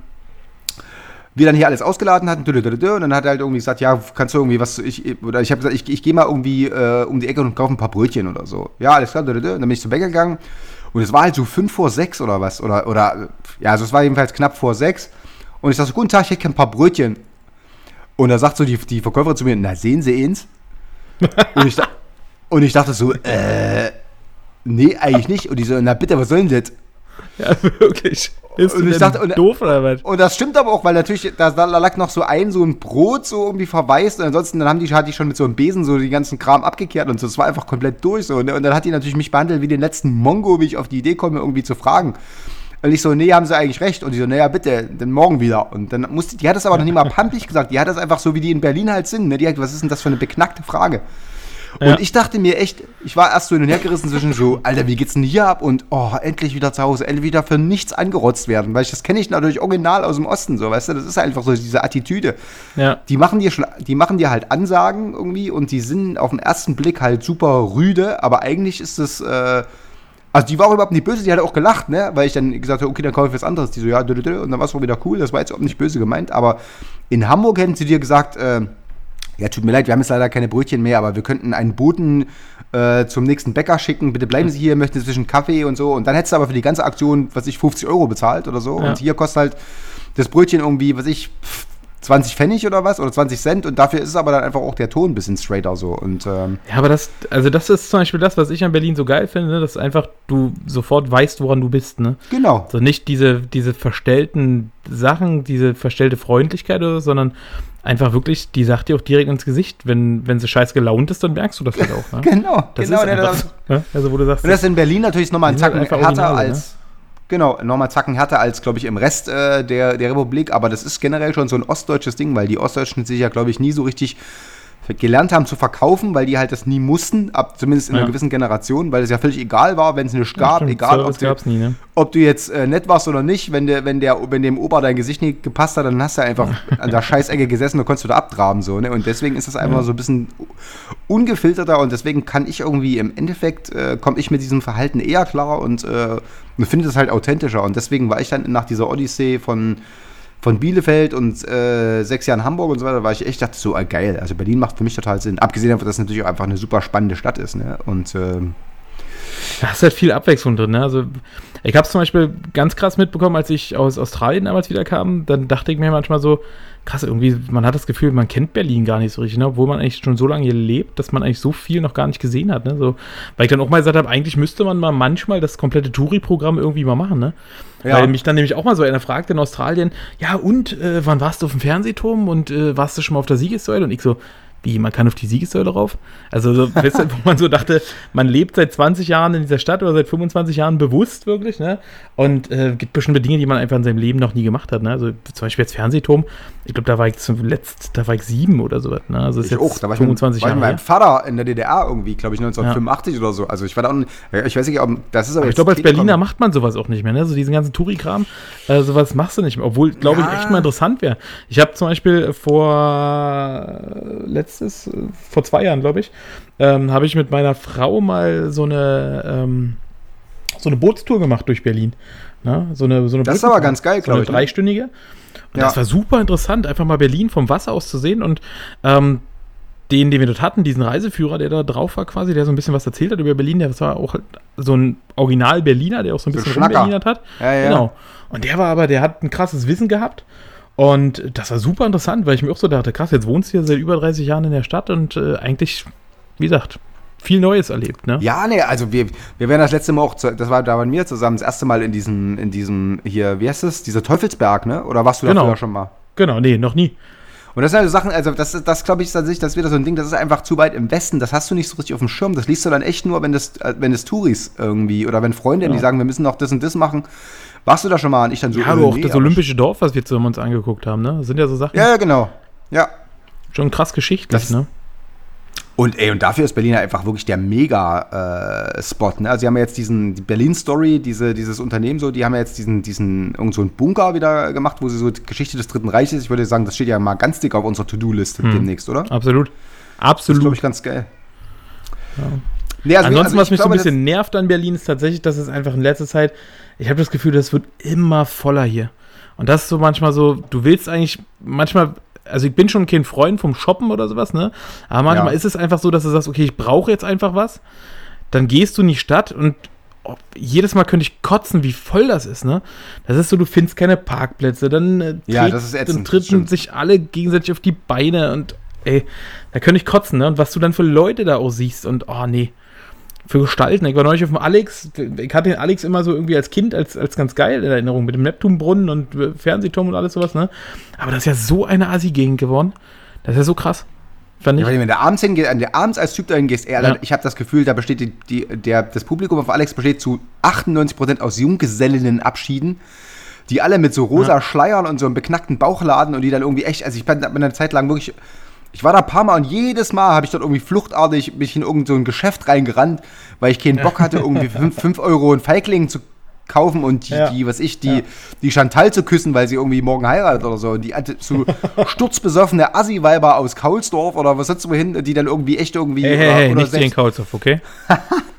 wir dann hier alles ausgeladen hatten, und dann hat er halt irgendwie gesagt, ja, kannst du irgendwie was, ich, oder ich habe gesagt, ich, ich gehe mal irgendwie äh, um die Ecke und kaufe ein paar Brötchen oder so. Ja, alles klar, und dann bin ich zum Bäcker gegangen. Und es war halt so fünf vor sechs oder was. Oder, oder ja, also es war jedenfalls knapp vor sechs. Und ich sagte so, guten Tag, ich hätte ein paar Brötchen. Und da sagt so die, die Verkäuferin zu mir, na, sehen Sie eins? und, ich, und ich dachte so, äh, nee, eigentlich nicht. Und die so, na bitte, was soll denn das? Ja, wirklich. Ist und du ich dachte, und, doof oder was? Und das stimmt aber auch, weil natürlich, da, da lag noch so ein, so ein Brot so irgendwie verwaist und ansonsten, dann haben die, hatte ich schon mit so einem Besen so den ganzen Kram abgekehrt und so, es war einfach komplett durch so. Und, und dann hat die natürlich mich behandelt wie den letzten Mongo, wie ich auf die Idee komme, irgendwie zu fragen. Und ich so, nee, haben sie eigentlich recht. Und die so, naja, bitte, dann morgen wieder. Und dann musste, die hat das aber noch nicht mal pampig gesagt, die hat das einfach so, wie die in Berlin halt sind. Ne? Die hat, was ist denn das für eine beknackte Frage? Ja. Und ich dachte mir echt, ich war erst so hin und her gerissen zwischen so, Alter, wie geht's denn hier ab? Und oh, endlich wieder zu Hause, endlich wieder für nichts angerotzt werden. Weil ich, das kenne ich natürlich original aus dem Osten, so, weißt du, das ist einfach so diese Attitüde. Ja. Die machen dir schon, die machen dir halt Ansagen irgendwie und die sind auf den ersten Blick halt super rüde, aber eigentlich ist das, äh, also die war auch überhaupt nicht böse, die hat auch gelacht, ne, weil ich dann gesagt habe, okay, dann kaufe ich was anderes. Die so, ja, und dann war es auch wieder cool, das war jetzt auch nicht böse gemeint, aber in Hamburg hätten sie dir gesagt, äh, ja, tut mir leid, wir haben jetzt leider keine Brötchen mehr, aber wir könnten einen Boten äh, zum nächsten Bäcker schicken. Bitte bleiben Sie hier, möchten Sie zwischen Kaffee und so. Und dann hättest du aber für die ganze Aktion, was ich, fünfzig Euro bezahlt oder so. Ja. Und hier kostet halt das Brötchen irgendwie, was ich, zwanzig Pfennig oder was, oder zwanzig Cent. Und dafür ist es aber dann einfach auch der Ton ein bisschen straighter so. Und, ähm, ja, aber das, also das ist zum Beispiel das, was ich an Berlin so geil finde, ne? Dass einfach du sofort weißt, woran du bist, ne? Genau. So nicht diese, diese verstellten Sachen, diese verstellte Freundlichkeit oder so, sondern einfach wirklich, die sagt dir auch direkt ins Gesicht, wenn, wenn sie scheiß gelaunt ist, dann merkst du das halt auch. Ne? Genau, das genau. Ist einfach, das, ne? Also wo du sagst, und das in Berlin natürlich nochmal einen Zacken härter Originale, als, ne? Genau, nochmal Zacken härter als, glaube ich, im Rest äh, der, der Republik, aber das ist generell schon so ein ostdeutsches Ding, weil die Ostdeutschen sich ja, glaube ich, nie so richtig gelernt haben zu verkaufen, weil die halt das nie mussten, ab zumindest in ja. einer gewissen Generation, weil es ja völlig egal war, wenn es nichts ja, gab, stimmt. egal Service ob du, gab's nie, ne? ob du jetzt äh, nett warst oder nicht, wenn, der, wenn, der, wenn dem Opa dein Gesicht nicht gepasst hat, dann hast du einfach an der Scheißecke gesessen und konntest du da abtraben, so, ne? Und deswegen ist das einfach ja. so ein bisschen ungefilterter und deswegen kann ich irgendwie im Endeffekt, äh, komme ich mit diesem Verhalten eher klar und äh, finde das halt authentischer und deswegen war ich dann nach dieser Odyssee von von Bielefeld und äh, sechs Jahren Hamburg und so weiter, war ich echt, dachte so, ah, geil, also Berlin macht für mich total Sinn. Abgesehen davon, dass es natürlich auch einfach eine super spannende Stadt ist, ne, und ähm, da ist halt viel Abwechslung drin, ne, also ich habe es zum Beispiel ganz krass mitbekommen, als ich aus Australien damals wieder kam, dann dachte ich mir manchmal so, krass, irgendwie, man hat das Gefühl, man kennt Berlin gar nicht so richtig, ne? Obwohl man eigentlich schon so lange hier lebt, dass man eigentlich so viel noch gar nicht gesehen hat, ne? So, weil ich dann auch mal gesagt habe, eigentlich müsste man mal manchmal das komplette Touri-Programm irgendwie mal machen, ne? Ja. Weil mich dann nämlich auch mal so einer fragt in Australien, ja und, äh, wann warst du auf dem Fernsehturm und äh, warst du schon mal auf der Siegessäule? Und ich so, wie, man kann auf die Siegessäule rauf? Also, so, weißt du, wo man so dachte, man lebt seit zwanzig Jahren in dieser Stadt oder seit fünfundzwanzig Jahren bewusst wirklich, ne? Und äh, gibt bestimmte Dinge, die man einfach in seinem Leben noch nie gemacht hat, ne? Also zum Beispiel jetzt Fernsehturm, ich glaube, da war ich zuletzt, da war ich sieben oder so, ne? Also das ist ich jetzt auch, da war fünfundzwanzig ich mit, war Jahre. Ich mit meinem Vater in der D D R irgendwie, glaube ich, neunzehnhundertfünfundachtzig ja. oder so. Also ich war da auch, ich weiß nicht, ob das ist aber, aber ich glaube, als Berliner macht man sowas auch nicht mehr, ne? So diesen ganzen Touri-Kram, äh, sowas machst du nicht mehr. Obwohl, glaube ja. ich, echt mal interessant wäre. Ich habe zum Beispiel vor letztes, vor zwei Jahren, glaube ich, ähm, habe ich mit meiner Frau mal so eine ähm, so eine Bootstour gemacht durch Berlin. Ne? So eine, so eine das ist aber ganz geil, glaube so ich. Eine dreistündige. Und ja. das war super interessant, einfach mal Berlin vom Wasser aus zu sehen und ähm, den, den wir dort hatten, diesen Reiseführer, der da drauf war quasi, der so ein bisschen was erzählt hat über Berlin, der war auch so ein Original-Berliner, der auch so ein bisschen rumberlinert hat. Ja, ja. Genau. Und der war aber, der hat ein krasses Wissen gehabt. Und das war super interessant, weil ich mir auch so dachte, krass, jetzt wohnst du hier seit über dreißig Jahren in der Stadt und äh, eigentlich, wie gesagt, viel Neues erlebt, ne? Ja, ne, also wir, wir wären das letzte Mal auch, zu, das war da bei mir zusammen, das erste Mal in diesem, in diesem, hier, wie heißt das, dieser Teufelsberg, ne? Oder warst du da genau. früher schon mal? Genau, nee, noch nie. Und das sind also Sachen, also das, das glaube ich, ist tatsächlich, das ist wieder so ein Ding, das ist einfach zu weit im Westen, das hast du nicht so richtig auf dem Schirm, das liest du dann echt nur, wenn das, wenn das Touris irgendwie, oder wenn Freunde, ja. die sagen, wir müssen noch das und das machen. Warst du da schon mal? Und ich dann so, ja, aber auch nee, das aber olympische Dorf, was wir zusammen uns angeguckt haben, ne? Das sind ja so Sachen. Ja, ja, genau. Ja. Schon krass geschichtlich, das, ne? Und ey, und dafür ist Berlin einfach wirklich der Mega-Spot, äh, ne? Also sie haben ja jetzt diesen, die Berlin-Story, diese, dieses Unternehmen so, die haben ja jetzt diesen, diesen, irgend so einen Bunker wieder gemacht, wo sie so die Geschichte des Dritten Reiches, ich würde sagen, das steht ja mal ganz dick auf unserer To-Do-Liste hm. demnächst, oder? Absolut. Absolut. Das ist, glaube ich, ganz geil. Ja. Nee, also Ansonsten, also was mich glaube, so ein bisschen nervt an Berlin, ist tatsächlich, dass es einfach in letzter Zeit, ich habe das Gefühl, das wird immer voller hier. Und das ist so manchmal so, du willst eigentlich manchmal, also ich bin schon kein Freund vom Shoppen oder sowas, ne? Aber manchmal ja. ist es einfach so, dass du sagst, okay, ich brauche jetzt einfach was. Dann gehst du in die Stadt und oh, jedes Mal könnte ich kotzen, wie voll das ist, ne? Das ist so, du findest keine Parkplätze, dann äh, ja, das ist ätzend, dann treten sich alle gegenseitig auf die Beine und ey, da könnte ich kotzen, ne? Und was du dann für Leute da auch siehst und oh nee. Für Gestalten. Ich war neulich auf dem Alex. Ich hatte den Alex immer so irgendwie als Kind als, als ganz geil in Erinnerung mit dem Neptunbrunnen und Fernsehturm und alles sowas, ne? Aber das ist ja so eine Assi-Gegend geworden. Das ist ja so krass. Fand ich. Ja, wenn du abends hingehst, wenn du abends als Typ dahin gehst, ey, ja. ich habe das Gefühl, da besteht die, die, der, das Publikum auf Alex besteht zu achtundneunzig Prozent aus Junggesellinnenabschieden, die alle mit so rosa ja. Schleiern und so einem beknackten Bauchladen und die dann irgendwie echt, also ich bin eine Zeit lang wirklich. Ich war da ein paar Mal und jedes Mal habe ich dort irgendwie fluchtartig mich in irgend so ein Geschäft reingerannt, weil ich keinen Bock hatte, irgendwie fünf Euro einen Feigling zu kaufen und die, ja. die was ich, die, ja. die Chantal zu küssen, weil sie irgendwie morgen heiratet oder so. Und die so sturzbesoffene Assi-Weiber aus Kaulsdorf oder was sonst wohin, die dann irgendwie echt irgendwie... Hey, oder, hey, hey, oder nicht hier in Kaulsdorf, okay?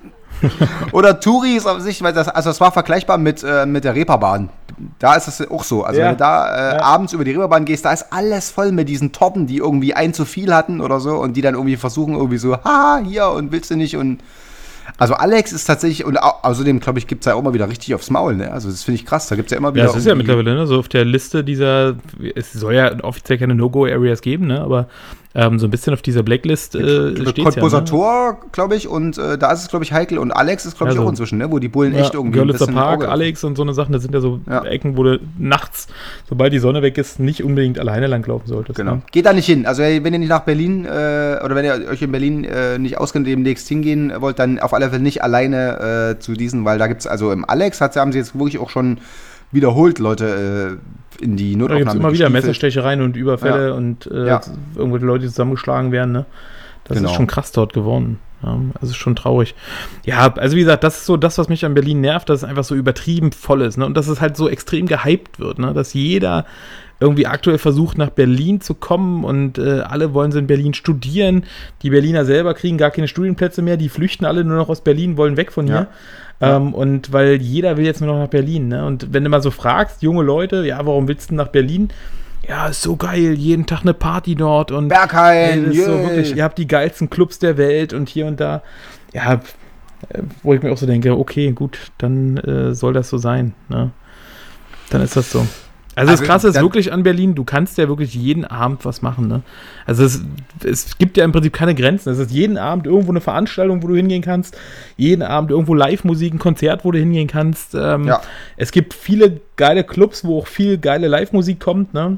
Oder Touris auf sich, weil das, also das war vergleichbar mit, äh, mit der Reeperbahn. Da ist es auch so. Also Ja. wenn du da äh, Ja. abends über die Reeperbahn gehst, da ist alles voll mit diesen Torten, die irgendwie ein zu viel hatten oder so und die dann irgendwie versuchen irgendwie so, haha, hier und willst du nicht und also Alex ist tatsächlich, und au- außerdem, glaube ich, gibt es ja auch mal wieder richtig aufs Maul, ne? Also das finde ich krass, da gibt es ja immer wieder Ja, das ist ja irgendwie- mittlerweile, ne, so auf der Liste dieser, es soll ja offiziell keine No-Go-Areas geben, ne, aber ähm, so ein bisschen auf dieser Blacklist äh, steht ja, Cottbuser ne? Tor, glaube ich, und äh, da ist es, glaube ich, heikel. Und Alex ist, glaube ich, Also, auch inzwischen, ne? Wo die Bullen Ja, echt irgendwie Görlitzer im Park, Auge- Alex und so eine Sachen, das sind ja so Ja. Ecken, wo du nachts, sobald die Sonne weg ist, nicht unbedingt alleine langlaufen solltest. Genau. Ne? Geht da nicht hin. Also wenn ihr nicht nach Berlin äh, oder wenn ihr euch in Berlin äh, nicht auskennt, demnächst hingehen wollt, dann auf alle Fälle nicht alleine äh, zu diesen, weil da gibt es, also im Alex hat, haben sie jetzt wirklich auch schon wiederholt Leute äh, in die Da Notaufnahme gibt es immer wieder gestiefelt. Messerstechereien und Überfälle Ja. und äh, Ja. irgendwelche Leute, die zusammengeschlagen werden. Ne? Das Genau. ist schon krass dort geworden. Ja, also ist schon traurig. Ja, also wie gesagt, das ist so das, was mich an Berlin nervt, dass es einfach so übertrieben voll ist. Ne? Und dass es halt so extrem gehypt wird. Ne? Dass jeder irgendwie aktuell versucht, nach Berlin zu kommen und äh, alle wollen sie in Berlin studieren. Die Berliner selber kriegen gar keine Studienplätze mehr. Die flüchten alle nur noch aus Berlin, wollen weg von hier. Ja. Ähm, und weil jeder will jetzt nur noch nach Berlin. Ne? Und wenn du mal so fragst, junge Leute, ja, warum willst du nach Berlin? Ja, ist so geil, jeden Tag eine Party dort und Berghain, das ist so yay. wirklich, ihr habt die geilsten Clubs der Welt und hier und da. Ja, äh, wo ich mir auch so denke, okay, gut, dann äh, soll das so sein. Ne? Dann ist das so. Also, Also das Krasse ist dann- wirklich an Berlin, du kannst ja wirklich jeden Abend was machen. Ne? Also es, es gibt ja im Prinzip keine Grenzen. Es ist jeden Abend irgendwo eine Veranstaltung, wo du hingehen kannst. Jeden Abend irgendwo Live-Musik, ein Konzert, wo du hingehen kannst. Ähm, Ja. Es gibt viele geile Clubs, wo auch viel geile Live-Musik kommt. Ne?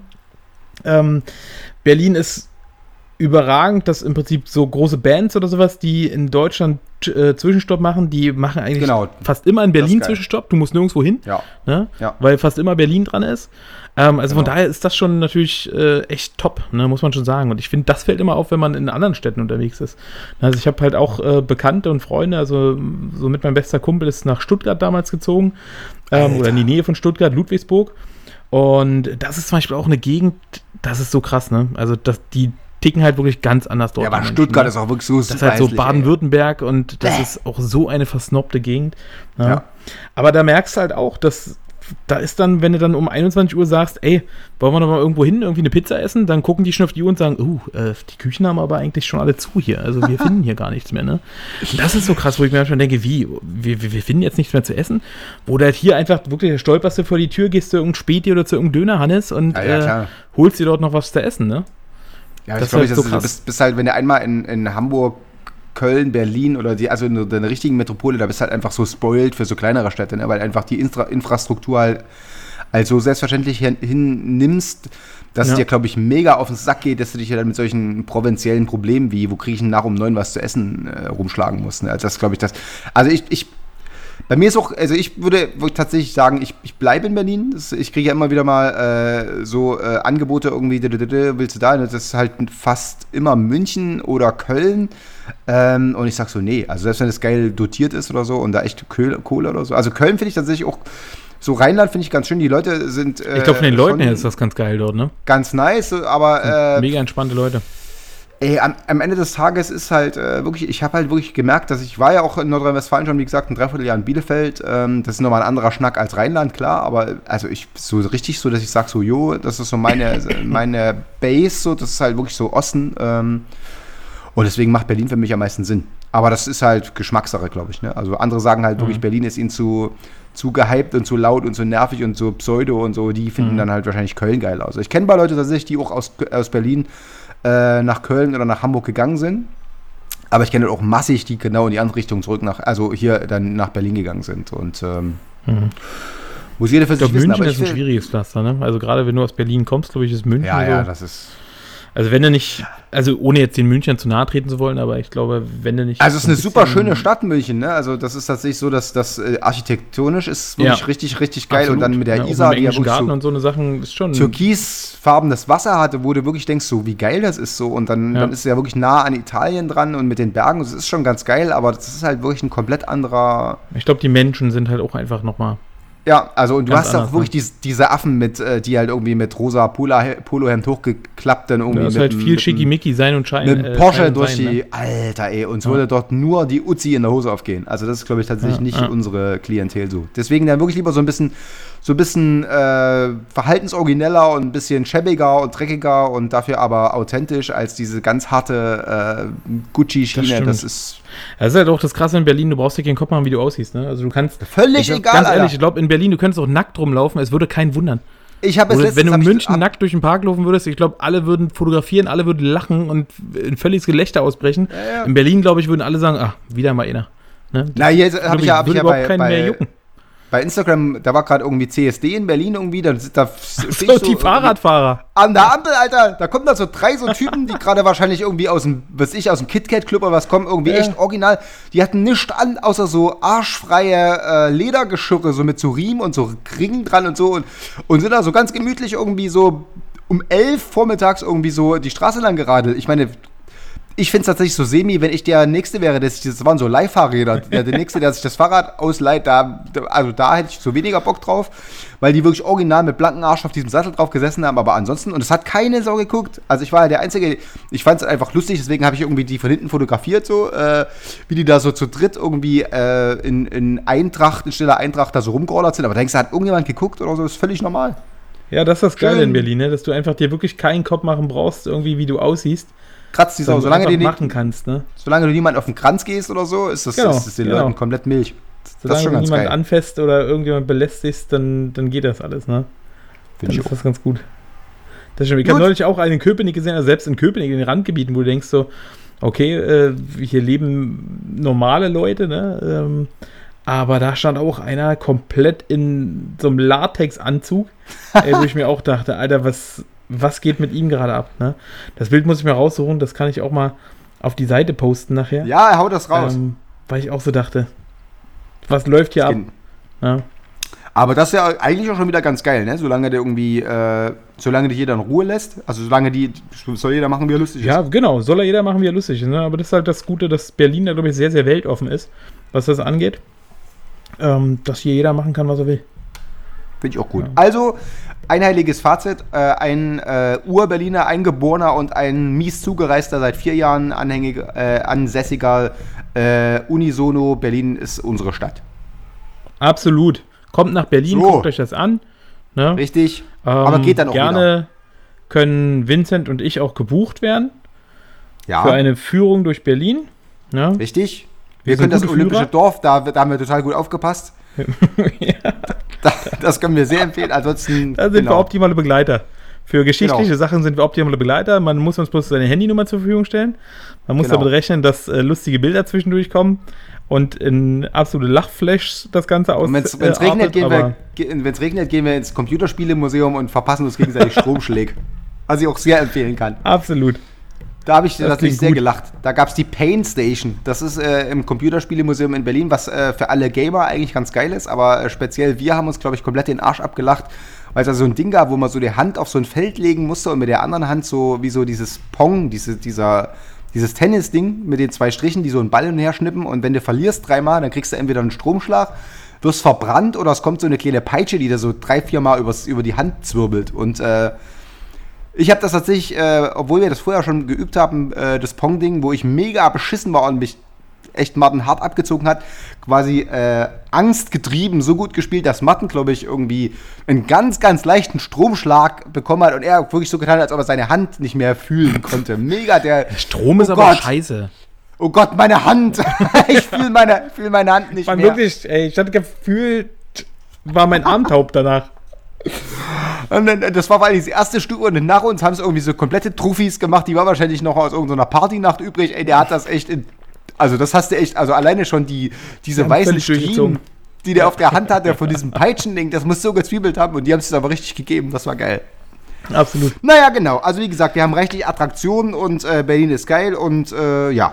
Ähm, Berlin ist überragend, dass im Prinzip so große Bands oder sowas, die in Deutschland äh, Zwischenstopp machen, die machen eigentlich Genau. fast immer in Das ist Berlin geil. Zwischenstopp. Du musst nirgendwo hin, Ja. ne? Ja. Weil fast immer Berlin dran ist. Ähm, also von Genau. daher ist das schon natürlich äh, echt top, ne? Muss man schon sagen. Und ich finde, das fällt immer auf, wenn man in anderen Städten unterwegs ist. Also ich habe halt auch äh, Bekannte und Freunde, also so mit meinem bester Kumpel ist nach Stuttgart damals gezogen ähm, oder in die Nähe von Stuttgart, Ludwigsburg. Und das ist zum Beispiel auch eine Gegend, das ist so krass, ne? Also das, die ticken halt wirklich ganz anders dort. Ja, aber die Menschen, Stuttgart ne? ist auch wirklich so Das ist halt so hässlich, ey. Baden-Württemberg und das ist auch so eine versnobte Gegend. Ja. Ja. Aber da merkst du halt auch, dass da ist dann, wenn du dann um einundzwanzig Uhr sagst, ey, wollen wir noch mal irgendwo hin, irgendwie eine Pizza essen, dann gucken die schon auf die Uhr und sagen, uh, äh, die Küchen haben aber eigentlich schon alle zu hier. Also wir finden hier gar nichts mehr, ne? Und das ist so krass, wo ich mir manchmal denke, wie, wir, wir wir finden jetzt nichts mehr zu essen? Wo du halt hier einfach wirklich stolperst du vor die Tür, gehst zu irgendeinem Späti oder zu irgendeinem Döner-Hannes und Ja, ja, äh, klar. holst dir dort noch was zu essen, ne? Ja, Das ich glaube, ist halt das so ist, du krass. bist, bist halt, wenn du einmal in, in Hamburg, Köln, Berlin oder die, also in der richtigen Metropole, da bist du halt einfach so spoiled für so kleinere Städte, ne? Weil einfach die Infra Infrastruktur halt als so selbstverständlich hin, hinnimmst, dass Ja. es dir, glaube ich, mega auf den Sack geht, dass du dich ja dann mit solchen provinziellen Problemen wie, wo kriege ich denn nach um neun was zu essen, äh, rumschlagen musst. Ne? Also das glaube ich, das. Also ich, ich bei mir ist auch, also ich würde tatsächlich sagen, ich, ich bleibe in Berlin. Das, ich kriege ja immer wieder mal äh, so äh, Angebote irgendwie, d- d- d- willst du da? Das ist halt fast immer München oder Köln. Ähm, und ich sag so, nee, also selbst wenn es geil dotiert ist oder so und da echt Köhl- Kohle oder so. Also Köln finde ich tatsächlich auch, so Rheinland finde ich ganz schön. Die Leute sind äh, Ich glaube, von den Leuten schon her ist das ganz geil dort, ne? ganz nice, aber äh, Mega entspannte Leute. Ey, am, am Ende des Tages ist halt äh, wirklich, ich habe halt wirklich gemerkt, dass ich war ja auch in Nordrhein-Westfalen schon, wie gesagt, ein Dreivierteljahr in Bielefeld. Ähm, das ist nochmal ein anderer Schnack als Rheinland, klar, aber also ich so richtig so, dass ich sage so, jo, das ist so meine, meine Base, so, das ist halt wirklich so Osten. Ähm, und deswegen macht Berlin für mich am meisten Sinn. Aber das ist halt Geschmackssache, glaube ich. Ne? Also andere sagen halt wirklich, Mhm. Berlin ist ihnen zu, zu gehypt und zu laut und zu nervig und so pseudo und so. Die finden Mhm. dann halt wahrscheinlich Köln geil aus. Ich kenne ein paar Leute tatsächlich, die auch aus, aus Berlin äh, nach Köln oder nach Hamburg gegangen sind. Aber ich kenne auch massig, die genau in die andere Richtung zurück nach, also hier dann nach Berlin gegangen sind. Und ähm, Mhm. muss jeder für Ich sich glaube, wissen. München Aber ist ein ich will, schwieriges Pflaster, ne? Also gerade wenn du aus Berlin kommst, glaube ich, ist München ja, so. ja, das ist. Also wenn du nicht, also ohne jetzt den Münchnern zu nahe treten zu wollen, aber ich glaube, wenn du nicht. Also es ist so ein eine super bisschen- schöne Stadt, München, ne? Also das ist tatsächlich so, dass das äh, architektonisch ist wirklich Ja. richtig, richtig geil. Absolut. Und dann mit der Ja, auch Isar, im die ja englischen wirklich Garten so und so eine Sachen ist schon. türkisfarbenes Wasser hatte, wo du wirklich denkst, so wie geil das ist so. Und dann, Ja. dann ist es ja wirklich nah an Italien dran und mit den Bergen. Das ist schon ganz geil, aber das ist halt wirklich ein komplett anderer. Ich glaube, die Menschen sind halt auch einfach nochmal Ja, also und du Ganz hast auch anders, wirklich diese, diese Affen mit, äh, die halt irgendwie mit rosa Pola- Polohemd hochgeklappt dann irgendwie. Da ist mit halt einem- viel mit Schickimicki sein und Schein. einem- Mit äh, einem Porsche Schein und durch sein, die. ne? Alter, ey, uns Ja. würde dort nur die Uzi in der Hose aufgehen. Also das ist, glaube ich, tatsächlich Ja, nicht ja. unsere Klientel so. Deswegen dann wirklich lieber so ein bisschen, so ein bisschen äh, verhaltensorigineller und ein bisschen schäbiger und dreckiger und dafür aber authentisch als diese ganz harte äh, Gucci-Schiene. Das Das, stimmt. ist Das ist halt auch das Krasse in Berlin, du brauchst dir keinen Kopf machen, wie du aussiehst. Ne? Also du kannst. völlig ich, egal, Ganz Alter. ehrlich, ich glaube, in Berlin, du könntest auch nackt rumlaufen, es würde keinen wundern. Ich habe es Oder letztens, wenn du in hab ich- München hab- nackt durch den Park laufen würdest, ich glaube, alle würden fotografieren, alle würden lachen und ein völliges Gelächter ausbrechen. Ja, ja. In Berlin, glaube ich, würden alle sagen, ach, wieder mal einer. Ne? Na, jetzt Glaub habe ich ja, hab ich würde ja überhaupt bei, keinen mehr bei, jucken. bei Instagram, da war gerade irgendwie C S D in Berlin irgendwie, da, da steh ich So, die Fahrradfahrer. an der Ampel, Alter, da kommen da so drei so Typen, die gerade wahrscheinlich irgendwie aus dem, was ich, aus dem KitKat-Club oder was kommen, irgendwie Ja. echt original, die hatten nichts an, außer so arschfreie äh, Ledergeschirre, so mit so Riemen und so Ringen dran und so und, und sind da so ganz gemütlich irgendwie so um elf vormittags irgendwie so die Straße lang geradelt. Ich meine, ich finde es tatsächlich so semi, wenn ich der Nächste wäre, das, das waren so Leihfahrräder, der, der Nächste, der sich das Fahrrad ausleiht, da, also da hätte ich so weniger Bock drauf, weil die wirklich original mit blanken Arsch auf diesem Sattel drauf gesessen haben, aber ansonsten, und es hat keine Sau geguckt, also ich war ja der Einzige, ich fand es einfach lustig, deswegen habe ich irgendwie die von hinten fotografiert, so, äh, wie die da so zu dritt irgendwie äh, in, in Eintracht, in stiller Eintracht da so rumgeordert sind, aber denkst du, hat irgendjemand geguckt oder so, ist völlig normal. Ja, das ist das Geile Schön. in Berlin, ne? Dass du einfach dir wirklich keinen Kopf machen brauchst, irgendwie wie du aussiehst. Kratzt die Sau, sondern solange, einfach die nicht, machen kannst, ne? solange du niemand auf den Kranz gehst oder so, ist das, Genau, ist das den genau. Leuten komplett Milch. Das Solange ist schon du ganz niemand geil. anfasst oder irgendjemand belästigst, dann, dann geht das alles, ne? Finde ich Dann ist das ganz gut. Das stimmt. Ich Gut. habe neulich auch einen in Köpenick gesehen, also selbst in Köpenick, in den Randgebieten, wo du denkst so, okay, äh, hier leben normale Leute, ne? Ähm, aber da stand auch einer komplett in so einem Latexanzug, ey, wo ich mir auch dachte, Alter, was, was geht mit ihm gerade ab, ne? Das Bild muss ich mir raussuchen, das kann ich auch mal auf die Seite posten nachher. Ja, hau das raus. Ähm, weil ich auch so dachte, was läuft hier ab? Ja. Aber das ist ja eigentlich auch schon wieder ganz geil, ne? Solange der irgendwie, äh, solange dich jeder in Ruhe lässt, also solange die, soll jeder machen, wie er lustig Ja, ist. genau, soll er jeder machen, wie er lustig ist. Ne? Aber das ist halt das Gute, dass Berlin da, glaube ich, sehr, sehr weltoffen ist, was das angeht. Ähm, dass hier jeder machen kann, was er will. Finde ich auch gut. Also, einheiliges Fazit, äh, ein äh, Ur-Berliner, ein Geborener und ein mies zugereister, seit vier Jahren anhängig, äh, ansässiger äh, Unisono, Berlin ist unsere Stadt. Absolut. Kommt nach Berlin, So. guckt euch das an. Ne? Richtig? Ähm, Aber geht dann auch gerne wieder. können Vincent und ich auch gebucht werden Ja, für eine Führung durch Berlin. Ne? richtig. Wir Wir sind können das gute Olympische Führer. Dorf, da, da haben wir total gut aufgepasst. Da, das können wir sehr empfehlen. Ansonsten, Da sind wir genau. optimale Begleiter. Für geschichtliche Genau. Sachen sind wir optimale Begleiter. Man muss uns bloß seine Handynummer zur Verfügung stellen. Man muss Genau. damit rechnen, dass äh, lustige Bilder zwischendurch kommen und in absolute Lachflash das Ganze aus. Und wenn es äh, regnet, artet, gehen aber wir, ge- wenn's regnet, gehen wir ins Computerspielemuseum und verpassen uns gegenseitig Stromschläge. Was ich auch sehr empfehlen kann. Absolut. Da habe ich Das natürlich klingt sehr gut. gelacht. Da gab es die Pain Station. Das ist äh, im Computerspielemuseum in Berlin, was äh, für alle Gamer eigentlich ganz geil ist. Aber äh, speziell wir haben uns, glaube ich, komplett den Arsch abgelacht, weil es da so ein Ding gab, wo man so die Hand auf so ein Feld legen musste und mit der anderen Hand so wie so dieses Pong, diese, dieser, dieses Tennis-Ding mit den zwei Strichen, die so einen Ball hin und her schnippen. Und wenn du verlierst dreimal, dann kriegst du entweder einen Stromschlag, wirst verbrannt oder es kommt so eine kleine Peitsche, die da so drei, vier Mal übers, über die Hand zwirbelt. Und äh, ich habe das tatsächlich, äh, obwohl wir das vorher schon geübt haben, äh, das Pong-Ding, wo ich mega beschissen war und mich echt Martin hart abgezogen hat, quasi äh, angstgetrieben so gut gespielt, dass Martin, glaube ich, irgendwie einen ganz, ganz leichten Stromschlag bekommen hat und er wirklich so getan hat, als ob er seine Hand nicht mehr fühlen konnte. Mega, der Strom ist Oh aber Gott. scheiße. Oh Gott, meine Hand! Ich fühle meine, fühl meine Hand nicht Man mehr. wirklich, ey, ich hatte gefühlt, war mein Arm taub danach. Und dann, das war vor allem die erste Stufe und nach uns haben es irgendwie so komplette Truffis gemacht, die war wahrscheinlich noch aus irgendeiner Partynacht übrig. Ey, der hat das echt in, also das hast du echt, also alleine schon die, diese haben weißen völlig Striemen, durchgezogen. die der auf der Hand hatte von diesem Peitschending, das muss so gezwiebelt haben und die haben es aber richtig gegeben, das war geil. Absolut. Naja, genau, also wie gesagt, wir haben reichlich Attraktionen und äh, Berlin ist geil und äh, ja.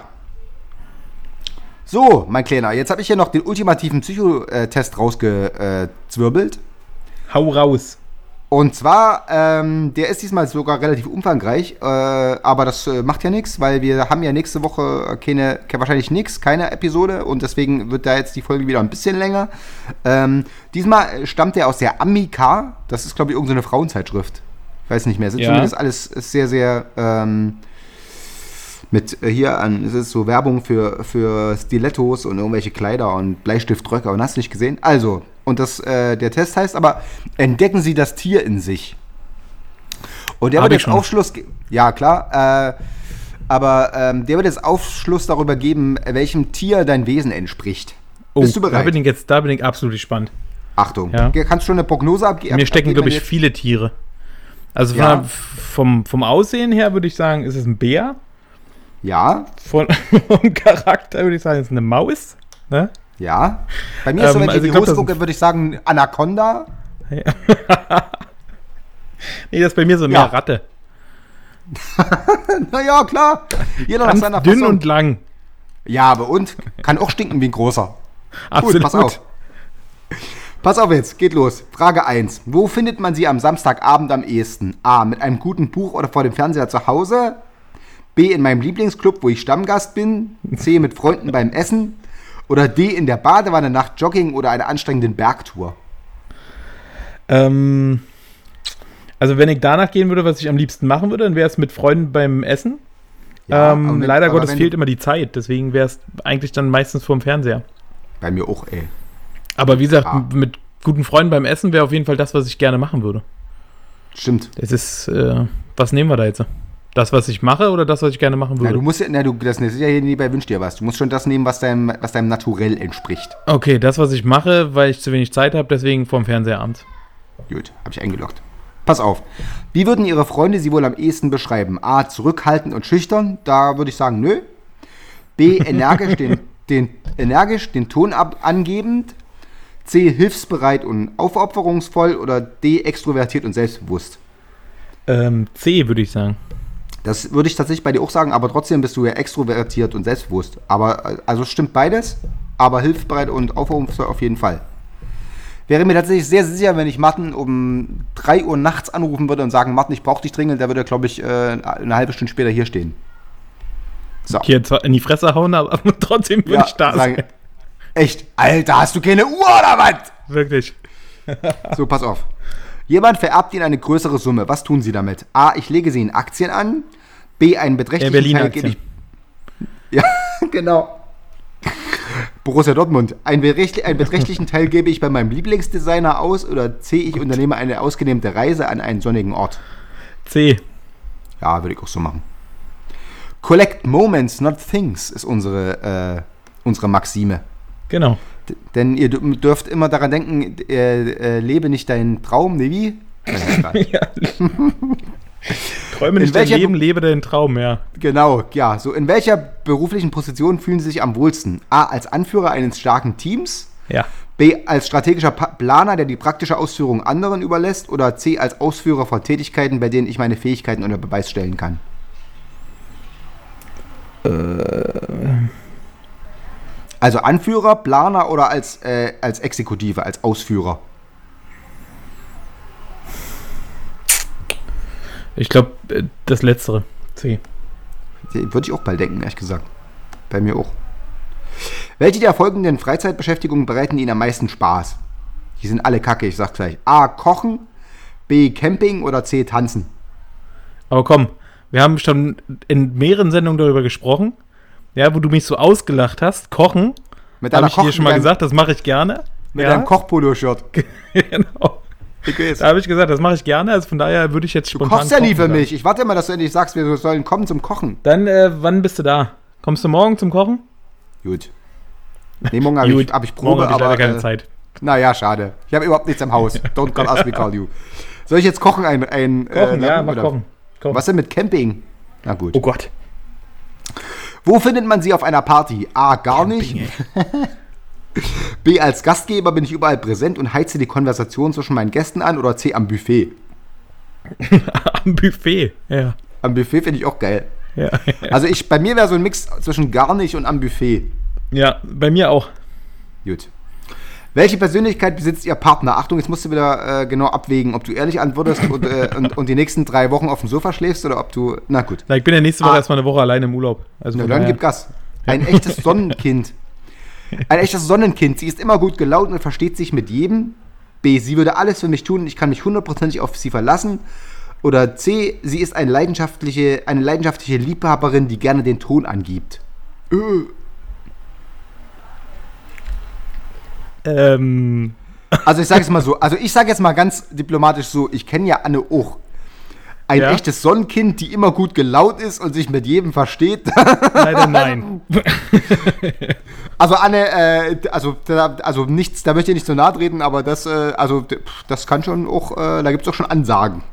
So, mein Kleiner, jetzt habe ich hier noch den ultimativen Psychotest rausgezwirbelt. Hau raus. Und zwar, ähm, der ist diesmal sogar relativ umfangreich, äh, aber das äh, macht ja nichts, weil wir haben ja nächste Woche keine, wahrscheinlich nichts, keine Episode und deswegen wird da jetzt die Folge wieder ein bisschen länger. Ähm, diesmal stammt der aus der Amica, das ist glaube ich irgendeine Frauenzeitschrift. Ich weiß nicht mehr, es ist Ja. zumindest alles sehr, sehr ähm, mit äh, hier an, es ist so Werbung für, für Stilettos und irgendwelche Kleider und Bleistiftröcke und hast du nicht gesehen? Also, und das, äh, der Test heißt aber, entdecken Sie das Tier in sich. Und der Hab wird ich jetzt schon. Aufschluss, ge- ja klar, äh, aber ähm, der wird jetzt Aufschluss darüber geben, welchem Tier dein Wesen entspricht. Oh, Bist du bereit? Da bin ich jetzt, da bin ich absolut gespannt. Achtung, Ja. kannst du schon eine Prognose abgeben? Mir stecken, glaube ich, jetzt? viele Tiere. Also von Ja. der, vom, vom Aussehen her würde ich sagen, ist es ein Bär. Ja, Von, vom Charakter würde ich sagen, es ist eine Maus. Ne? ja. Bei mir ist so, Ähm, wenn ich also in die ich glaub, Hose das gucke, würde ich sagen Anaconda. Nee, das ist bei mir so mehr Ja. Ratte. Naja, klar. Jeder nach Ganz seiner dünn Fassung. und lang. Ja, aber und? Kann auch stinken wie ein großer. Absolut. Gut, pass auf. Pass auf jetzt, geht los. Frage eins. Wo findet man sie am Samstagabend am ehesten? A. Mit einem guten Buch oder vor dem Fernseher zu Hause? B. In meinem Lieblingsclub, wo ich Stammgast bin? C. Mit Freunden beim Essen? Oder D. In der Badewanne nach Jogging oder einer anstrengenden Bergtour? Ähm, also wenn ich danach gehen würde, was ich am liebsten machen würde, dann wäre es mit Freunden beim Essen. Ja, ähm, aber wenn- leider aber Gottes wenn fehlt du- immer die Zeit, deswegen wäre es eigentlich dann meistens vorm Fernseher. Bei mir auch, ey. Aber wie gesagt, Ja. m- mit guten Freunden beim Essen wäre auf jeden Fall das, was ich gerne machen würde. Stimmt. Es ist, äh, was nehmen wir da jetzt? Das, was ich mache oder das, was ich gerne machen Na, würde? du musst ja, na, du, das ist ja hier nie bei Wünsch dir was. Du musst schon das nehmen, was deinem, was deinem Naturell entspricht. Okay, das, was ich mache, weil ich zu wenig Zeit habe, deswegen vorm Fernseher abends. Gut, habe ich eingeloggt. Pass auf. Wie würden Ihre Freunde Sie wohl am ehesten beschreiben? A. Zurückhaltend und schüchtern. Da würde ich sagen, nö. B. Energisch, den, den, energisch, den Ton ab, angebend. C. Hilfsbereit und aufopferungsvoll. Oder D. Extrovertiert und selbstbewusst. Ähm, C, würde ich sagen. Das würde ich tatsächlich bei dir auch sagen, aber trotzdem bist du ja extrovertiert und selbstbewusst. Aber, äh, also stimmt beides, aber hilfsbereit und aufopferungsvoll auf jeden Fall. Wäre mir tatsächlich sehr sicher, wenn ich Martin um drei Uhr nachts anrufen würde und sagen, Martin, ich brauche dich dringend, der würde, glaube ich, äh, eine halbe Stunde später hier stehen. So. Hier zwar in die Fresse hauen, aber trotzdem würde Ja, ich da sagen, sein. echt, Alter, hast du keine Uhr oder was? Wirklich. So, pass auf. Jemand vererbt Ihnen eine größere Summe. Was tun Sie damit? A. Ich lege sie in Aktien an. B. Einen beträchtlichen Ja, Berliner Teil gebe ich. Aktien. Ja, genau. Borussia Dortmund. Einen, berecht, einen beträchtlichen Teil gebe ich bei meinem Lieblingsdesigner aus. Oder C. Ich unternehme eine ausgedehnte Reise an einen sonnigen Ort. C. Ja, würde ich auch so machen. Collect moments, not things, ist unsere, äh, unsere Maxime. Genau. D- Denn ihr dür- dürft immer daran denken, äh, äh, lebe nicht deinen Traum, ne wie? Ja. Träume In nicht dein welcher Leben, Be- lebe deinen Traum, ja. Genau, ja. So, in welcher beruflichen Position fühlen Sie sich am wohlsten? A. Als Anführer eines starken Teams. Ja. B. Als strategischer Pa- Planer, der die praktische Ausführung anderen überlässt. Oder C. Als Ausführer von Tätigkeiten, bei denen ich meine Fähigkeiten unter Beweis stellen kann. Also Anführer, Planer oder als, äh, als Exekutive, als Ausführer. Ich glaube, das Letztere. C. Würde ich auch bald denken, ehrlich gesagt. Bei mir auch. Welche der folgenden Freizeitbeschäftigungen bereiten Ihnen am meisten Spaß? Die sind alle kacke, ich sag's gleich. A. Kochen, B. Camping oder C. Tanzen. Aber komm, wir haben schon in mehreren Sendungen darüber gesprochen, ja, wo du mich so ausgelacht hast. Kochen, Mit habe deiner ich dir Koch- schon mal mit deinem- gesagt, das mache ich gerne. Mit ja, deinem Kochpolo-Shirt. genau. Ich weiß. Da habe ich gesagt, das mache ich gerne, also von daher würde ich jetzt Du spontan kochst ja nie kochen für sagen. mich. Ich warte immer, dass du endlich sagst, wir sollen kommen zum Kochen. Dann, äh, wann bist du da? Kommst du morgen zum Kochen? Gut. Nee, morgen habe ich, Gut, hab ich morgen Probe, habe ich aber... leider keine äh, Zeit. Naja, schade. Ich habe überhaupt nichts im Haus. Don't God ask me call you. Soll ich jetzt kochen ein... ein Kochen, äh, ja, laden, mach oder? kochen. kochen. Was denn mit Camping? Na gut. Oh Gott. Wo findet man sie auf einer Party? A. Gar nicht. B. Als Gastgeber bin ich überall präsent und heize die Konversation zwischen meinen Gästen an. Oder C. Am Buffet. Am Buffet, ja. Am Buffet finde ich auch geil. Ja, Also ich, bei mir wäre so ein Mix zwischen gar nicht und am Buffet. ja, bei mir auch. Gut. Welche Persönlichkeit besitzt Ihr Partner? Achtung, jetzt musst du wieder äh, genau abwägen, ob du ehrlich antwortest und, äh, und, und die nächsten drei Wochen auf dem Sofa schläfst oder ob du, na gut. Na, ich bin ja nächste Woche Ah. erstmal eine Woche alleine im Urlaub. Also Na, von dann daher- gib Gas. Ein echtes Sonnenkind. Ein echtes Sonnenkind. Sie ist immer gut gelaunt und versteht sich mit jedem. B. Sie würde alles für mich tun und ich kann mich hundertprozentig auf sie verlassen. Oder C. Sie ist eine leidenschaftliche, eine leidenschaftliche Liebhaberin, die gerne den Ton angibt. Äh. Ähm, Also ich sage es mal so, also ich sage jetzt mal ganz diplomatisch so, ich kenne ja Anne auch. Ein Ja? echtes Sonnenkind, die immer gut gelaunt ist und sich mit jedem versteht. leider nein. Also Anne, äh, also, da, also nichts, da möchte ich nicht so nahe treten, aber das, äh, also d- pff, das kann schon auch, äh, da gibt es auch schon Ansagen.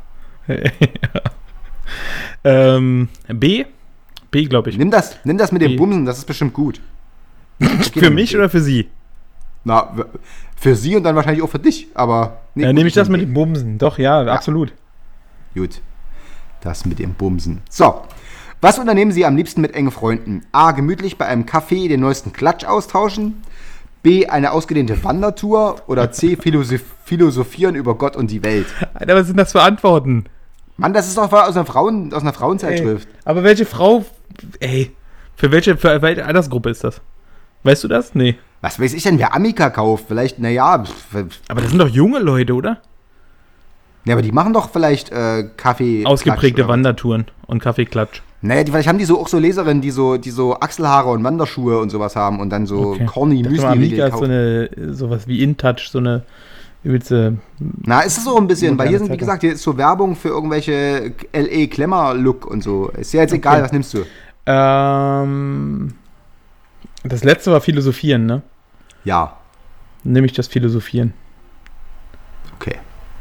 ähm, B? B, glaube ich. Nimm das, nimm das mit dem Wie? Bumsen, das ist bestimmt gut. Für mich oder für sie? Na, w- für sie und dann wahrscheinlich auch für dich, aber... nee, Ja, gut, nehme ich das mit nehm dem Bumsen. Doch, ja, absolut. B. Gut, das mit dem Bumsen. So, was unternehmen Sie am liebsten mit engen Freunden? A, gemütlich bei einem Café den neuesten Klatsch austauschen. B, eine ausgedehnte Wandertour. Oder C, Philosoph- philosophieren über Gott und die Welt. Alter, was sind das für Antworten? Mann, das ist doch aus einer, Frauen, aus einer Frauenzeitschrift. Ey, aber welche Frau, ey, für welche, für welche Altersgruppe ist das? Weißt du das? Nee. Was weiß ich denn, wer Amica kauft? Vielleicht, naja, Aber das sind doch junge Leute, oder? ja, aber die machen doch vielleicht äh, Kaffee. Ausgeprägte Klatsch oder was. Wandertouren und Kaffeeklatsch. Naja, die, vielleicht haben die so auch so Leserinnen, die so, die so Achselhaare und Wanderschuhe und sowas haben und dann so corny Ich dachte mal, Müsli-Riegel Amiga ist so kaufen. eine, sowas wie InTouch, so eine übelste. Na, ist es so ein bisschen, weil Moderne hier sind, wie Zeitung. gesagt, hier ist so Werbung für irgendwelche L A-Klemmer-Look und so. Ist ja jetzt egal, Okay. was nimmst du? Ähm, das letzte war Philosophieren, ne? Ja, Nehme ich das Philosophieren. okay.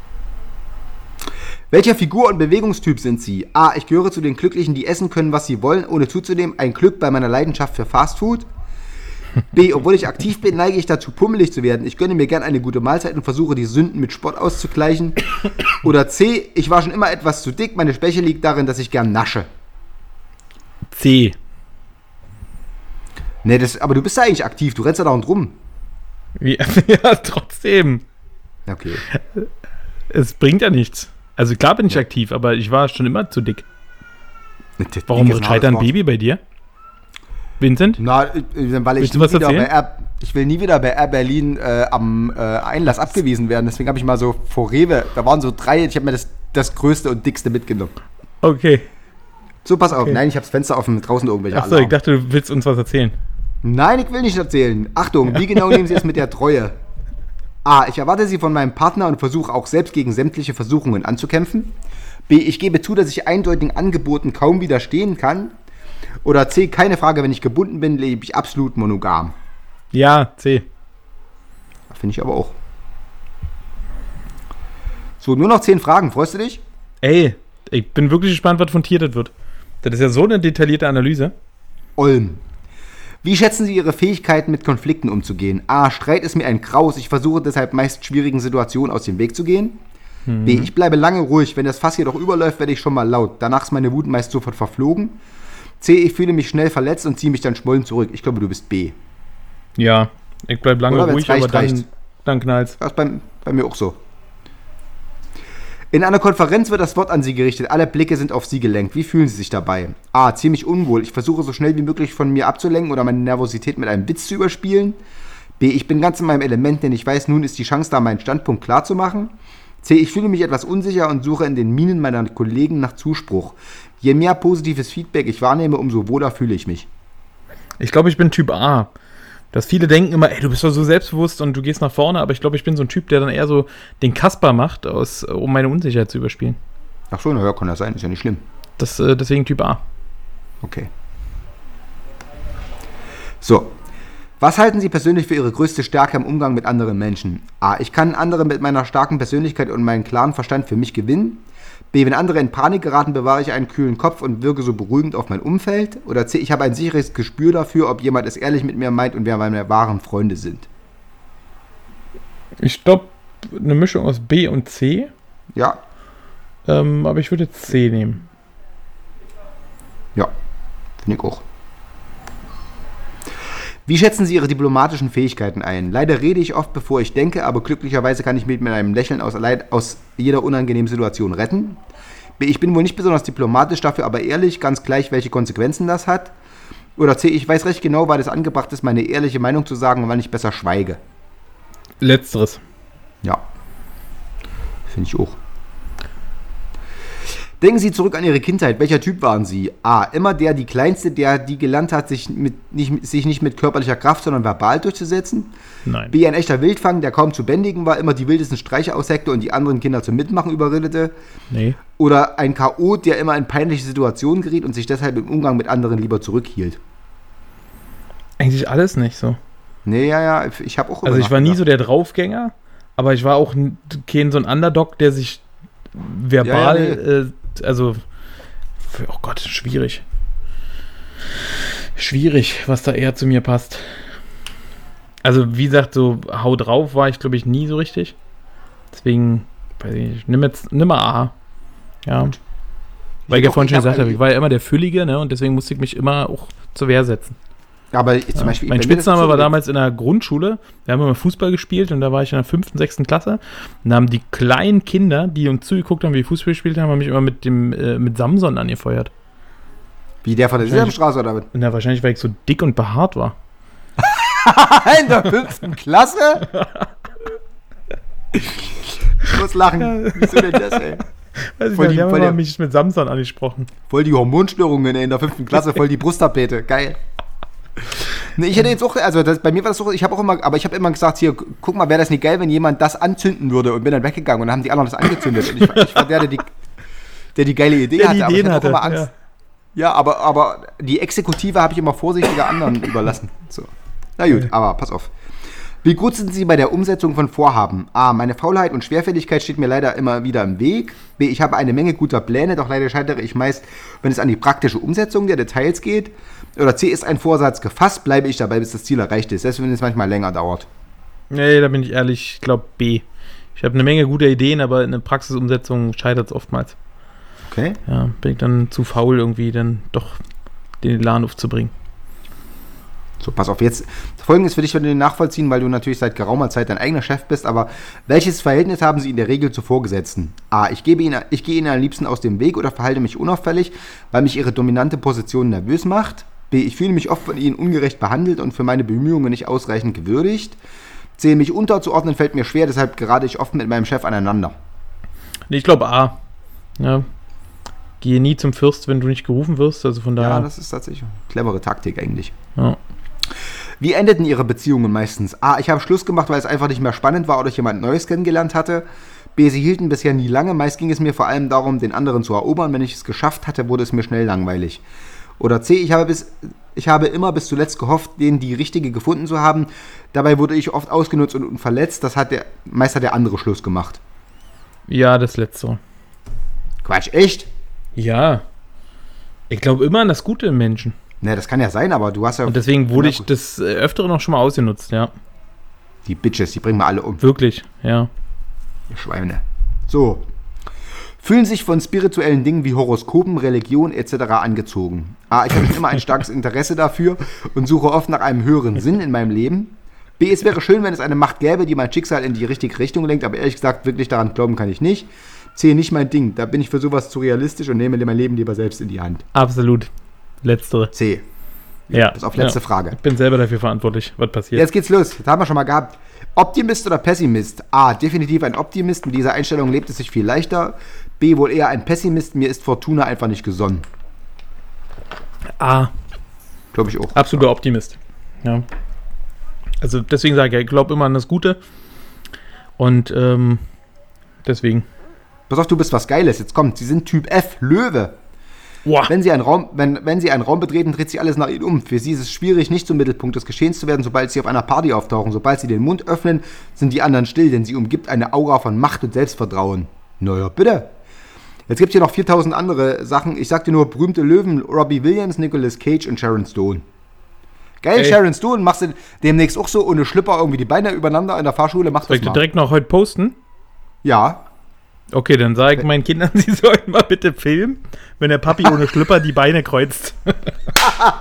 Welcher Figur- und Bewegungstyp sind Sie? A. Ich gehöre zu den Glücklichen, die essen können, was sie wollen, ohne zuzunehmen. Ein Glück bei meiner Leidenschaft für Fastfood. B. Obwohl ich aktiv bin, neige ich dazu, pummelig zu werden. Ich gönne mir gern eine gute Mahlzeit und versuche, die Sünden mit Sport auszugleichen. Oder C. Ich war schon immer etwas zu dick. Meine Schwäche liegt darin, dass ich gern nasche. C. Nee, das, aber du bist ja eigentlich aktiv. Du rennst ja dauernd rum. Wie, ja, trotzdem. Okay. Es bringt ja nichts. Also klar bin ich aktiv, aber ich war schon immer zu dick. Warum Dick ist ein schreit da ein hartes Wort. Baby bei dir? Vincent? Na, äh, weil ich Willst du nie was wieder bei erzählen? Air, ich will nie wieder bei Air Berlin äh, am äh, Einlass abgewiesen werden. Deswegen habe ich mal so vor Rewe, da waren so drei, ich habe mir das, das größte und dickste mitgenommen. Okay. So, pass auf. Okay. Nein, ich habe das Fenster offen, draußen irgendwelche Achso, Alarm. ich dachte, du willst uns was erzählen. Nein, ich will nicht erzählen. Achtung, wie genau nehmen Sie es mit der Treue? A. Ich erwarte sie von meinem Partner und versuche auch selbst gegen sämtliche Versuchungen anzukämpfen. B. Ich gebe zu, dass ich eindeutigen Angeboten kaum widerstehen kann. Oder C. Keine Frage, wenn ich gebunden bin, lebe ich absolut monogam. Ja, C. Finde ich aber auch. So, nur noch zehn Fragen. Freust du dich? Ey, ich bin wirklich gespannt, was von Tier das wird. Das ist ja so eine detaillierte Analyse. Olm. Wie schätzen Sie Ihre Fähigkeiten, mit Konflikten umzugehen? A. Streit ist mir ein Graus. Ich versuche deshalb meist schwierigen Situationen aus dem Weg zu gehen. Mhm. B. Ich bleibe lange ruhig. Wenn das Fass jedoch überläuft, werde ich schon mal laut. Danach ist meine Wut meist sofort verflogen. C. Ich fühle mich schnell verletzt und ziehe mich dann schmollen zurück. Ich glaube, du bist B. Ja, ich bleib lange Oder wenn's ruhig, reicht, aber dann, reicht's. dann knallt's. Das ist bei, bei mir auch so. In einer Konferenz wird das Wort an Sie gerichtet. Alle Blicke sind auf Sie gelenkt. Wie fühlen Sie sich dabei? A. Ziemlich unwohl. Ich versuche so schnell wie möglich von mir abzulenken oder meine Nervosität mit einem Witz zu überspielen. B. Ich bin ganz in meinem Element, denn ich weiß, nun ist die Chance da, meinen Standpunkt klar zu machen. C. Ich fühle mich etwas unsicher und suche in den Mienen meiner Kollegen nach Zuspruch. Je mehr positives Feedback ich wahrnehme, umso wohler fühle ich mich. Ich glaube, ich bin Typ A. Dass viele denken immer, ey, du bist doch so selbstbewusst und du gehst nach vorne, aber ich glaube, ich bin so ein Typ, der dann eher so den Kasper macht, aus, um meine Unsicherheit zu überspielen. Ach so, naja, kann das sein, ist ja nicht schlimm. Das, äh, deswegen Typ A. Okay. So. Was halten Sie persönlich für Ihre größte Stärke im Umgang mit anderen Menschen? A. Ich kann andere mit meiner starken Persönlichkeit und meinem klaren Verstand für mich gewinnen. B. Wenn andere in Panik geraten, bewahre ich einen kühlen Kopf und wirke so beruhigend auf mein Umfeld. Oder C. Ich habe ein sicheres Gespür dafür, ob jemand es ehrlich mit mir meint und wer meine wahren Freunde sind. Ich glaube, eine Mischung aus B und C. Ja, Ähm, aber ich würde jetzt C nehmen. ja, finde ich auch. Wie schätzen Sie Ihre diplomatischen Fähigkeiten ein? Leider rede ich oft, bevor ich denke, aber glücklicherweise kann ich mich mit einem Lächeln aus, aus jeder unangenehmen Situation retten. B. Ich bin wohl nicht besonders diplomatisch, dafür aber ehrlich, ganz gleich, welche Konsequenzen das hat. Oder C. Ich weiß recht genau, wann es angebracht ist, meine ehrliche Meinung zu sagen und wann ich besser schweige. Letzteres. Ja. Finde ich auch. Denken Sie zurück an Ihre Kindheit. Welcher Typ waren Sie? A. Immer der, die Kleinste, der die gelernt hat, sich, mit, nicht, sich nicht mit körperlicher Kraft, sondern verbal durchzusetzen. Nein. B. Ein echter Wildfang, der kaum zu bändigen war, immer die wildesten Streiche ausheckte und die anderen Kinder zum Mitmachen überredete. Nee. Oder ein Chaot, der immer in peinliche Situationen geriet und sich deshalb im Umgang mit anderen lieber zurückhielt. Eigentlich alles nicht so. Nee, ja, ja, ich habe auch Also ich war nie so der Draufgänger, aber ich war auch kein so ein Underdog, der sich verbal, Ja, ja, nee. äh, also, oh Gott, schwierig. Schwierig, was da eher zu mir passt. Also, wie gesagt, so hau drauf war ich, glaube ich, nie so richtig. Deswegen, weiß ich nicht, nimm jetzt, nimm mal A. Ja. Weil ich ja vorhin schon gesagt habe, ich war ja immer der Füllige, ne, und deswegen musste ich mich immer auch zur Wehr setzen. Aber ich, zum Ja. Beispiel, Mein bei mir das Spitzname so war geht. damals in der Grundschule. Wir haben immer Fußball gespielt und da war ich in der fünften, sechsten Klasse. Und da haben die kleinen Kinder, die uns zugeguckt haben, wie wir Fußball gespielt haben, haben mich immer mit dem äh, mit Samson angefeuert. Wie der von der Sesamstraße oder was? Und da wahrscheinlich, weil ich so dick und behaart war. In der fünften Klasse? Ich muss lachen. Wieso denn das, ey? Weiß ich Voll nicht, die- die haben voll immer der- mich mit Samson angesprochen. Voll die Hormonstörungen ey, in der fünften Klasse, voll die Brusttapete. Geil. Nee, ich hätte jetzt auch, also das, bei mir war das so, ich habe auch immer, aber ich habe immer gesagt, hier, guck mal, wäre das nicht geil, wenn jemand das anzünden würde und bin dann weggegangen und dann haben die anderen das angezündet. Und ich, war- ich war der, der die, der die geile Idee Der hatte, die aber ich Ideen hatte auch hatte, immer Angst. Ja, aber, aber die Exekutive habe ich immer vorsichtiger anderen überlassen. So. Na gut, aber pass auf. Wie gut sind Sie bei der Umsetzung von Vorhaben? A. Meine Faulheit und Schwerfälligkeit steht mir leider immer wieder im Weg. B. Ich habe eine Menge guter Pläne, doch leider scheitere ich meist, wenn es an die praktische Umsetzung der Details geht. Oder C. Ist ein Vorsatz gefasst, bleibe ich dabei, bis das Ziel erreicht ist, selbst wenn es manchmal länger dauert. Nee, da bin ich ehrlich, ich glaube B. Ich habe eine Menge guter Ideen, aber in der Praxisumsetzung scheitert es oftmals. Okay. Ja, bin ich dann zu faul irgendwie, dann doch den Elan aufzubringen. So, pass auf, jetzt Folgendes für dich, wenn du den nachvollziehen, weil du natürlich seit geraumer Zeit dein eigener Chef bist, aber welches Verhältnis haben Sie in der Regel zu Vorgesetzten? A. Ich, gebe Ihnen, ich gehe Ihnen am liebsten aus dem Weg oder verhalte mich unauffällig, weil mich Ihre dominante Position nervös macht. B. Ich fühle mich oft von Ihnen ungerecht behandelt und für meine Bemühungen nicht ausreichend gewürdigt. C. Mich unterzuordnen fällt mir schwer, deshalb gerate ich oft mit meinem Chef aneinander. Nee, ich glaube A. Ja. Gehe nie zum Fürst, wenn du nicht gerufen wirst, also von daher. Ja, das ist tatsächlich eine clevere Taktik eigentlich. Ja. Wie endeten Ihre Beziehungen meistens? A. Ich habe Schluss gemacht, weil es einfach nicht mehr spannend war oder ich jemand Neues kennengelernt hatte. B. Sie hielten bisher nie lange. Meist ging es mir vor allem darum, den anderen zu erobern. Wenn ich es geschafft hatte, wurde es mir schnell langweilig. Oder C. Ich habe, bis, ich habe immer bis zuletzt gehofft, den die richtige gefunden zu haben. Dabei wurde ich oft ausgenutzt und, und verletzt. Das hat der, meist hat der andere Schluss gemacht. Ja, das Letzte. Quatsch, echt? Ja. Ich glaube immer an das Gute im Menschen. Ne, das kann ja sein, aber du hast ja... Und deswegen wurde Ja, ich gut. das äh, Öfteren noch schon mal ausgenutzt, ja. Die Bitches, die bringen wir alle um. Wirklich, ja. Ihr Schweine. So. Fühlen sich von spirituellen Dingen wie Horoskopen, Religion et cetera angezogen. A. Ich habe immer ein starkes Interesse dafür und suche oft nach einem höheren Sinn in meinem Leben. B. Es wäre schön, wenn es eine Macht gäbe, die mein Schicksal in die richtige Richtung lenkt, aber ehrlich gesagt, wirklich daran glauben kann ich nicht. C. Nicht mein Ding. Da bin ich für sowas zu realistisch und nehme mein Leben lieber selbst in die Hand. Absolut. Letztere. C. Ja. Bis auf letzte ja. Frage. Ich bin selber dafür verantwortlich, was passiert. Jetzt geht's los. Das haben wir schon mal gehabt. Optimist oder Pessimist? A. Definitiv ein Optimist. Mit dieser Einstellung lebt es sich viel leichter. B. Wohl eher ein Pessimist. Mir ist Fortuna einfach nicht gesonnen. A. Glaube ich auch. Absoluter Optimist. Ja. Also deswegen sage ich, ich glaube immer an das Gute. Und ähm, deswegen. Pass auf, du bist was Geiles. Jetzt kommt. Sie sind Typ F, Löwe. Boah. Wenn Sie, einen Raum, wenn, wenn Sie einen Raum betreten, dreht sich alles nach Ihnen um. Für Sie ist es schwierig, nicht zum Mittelpunkt des Geschehens zu werden, sobald Sie auf einer Party auftauchen. Sobald Sie den Mund öffnen, sind die anderen still, denn Sie umgibt eine Aura von Macht und Selbstvertrauen. Naja, bitte. Jetzt gibt es hier noch viertausend andere Sachen. Ich sag dir nur berühmte Löwen, Robbie Williams, Nicolas Cage und Sharon Stone. Geil, Ey. Sharon Stone, machst du demnächst auch so ohne Schlüpper irgendwie die Beine übereinander in der Fahrschule? Mach Soll das ich mal. direkt noch heute posten? Ja. Okay, dann sage ich meinen Kindern, sie sollen mal bitte filmen, wenn der Papi ohne Schlüpper die Beine kreuzt.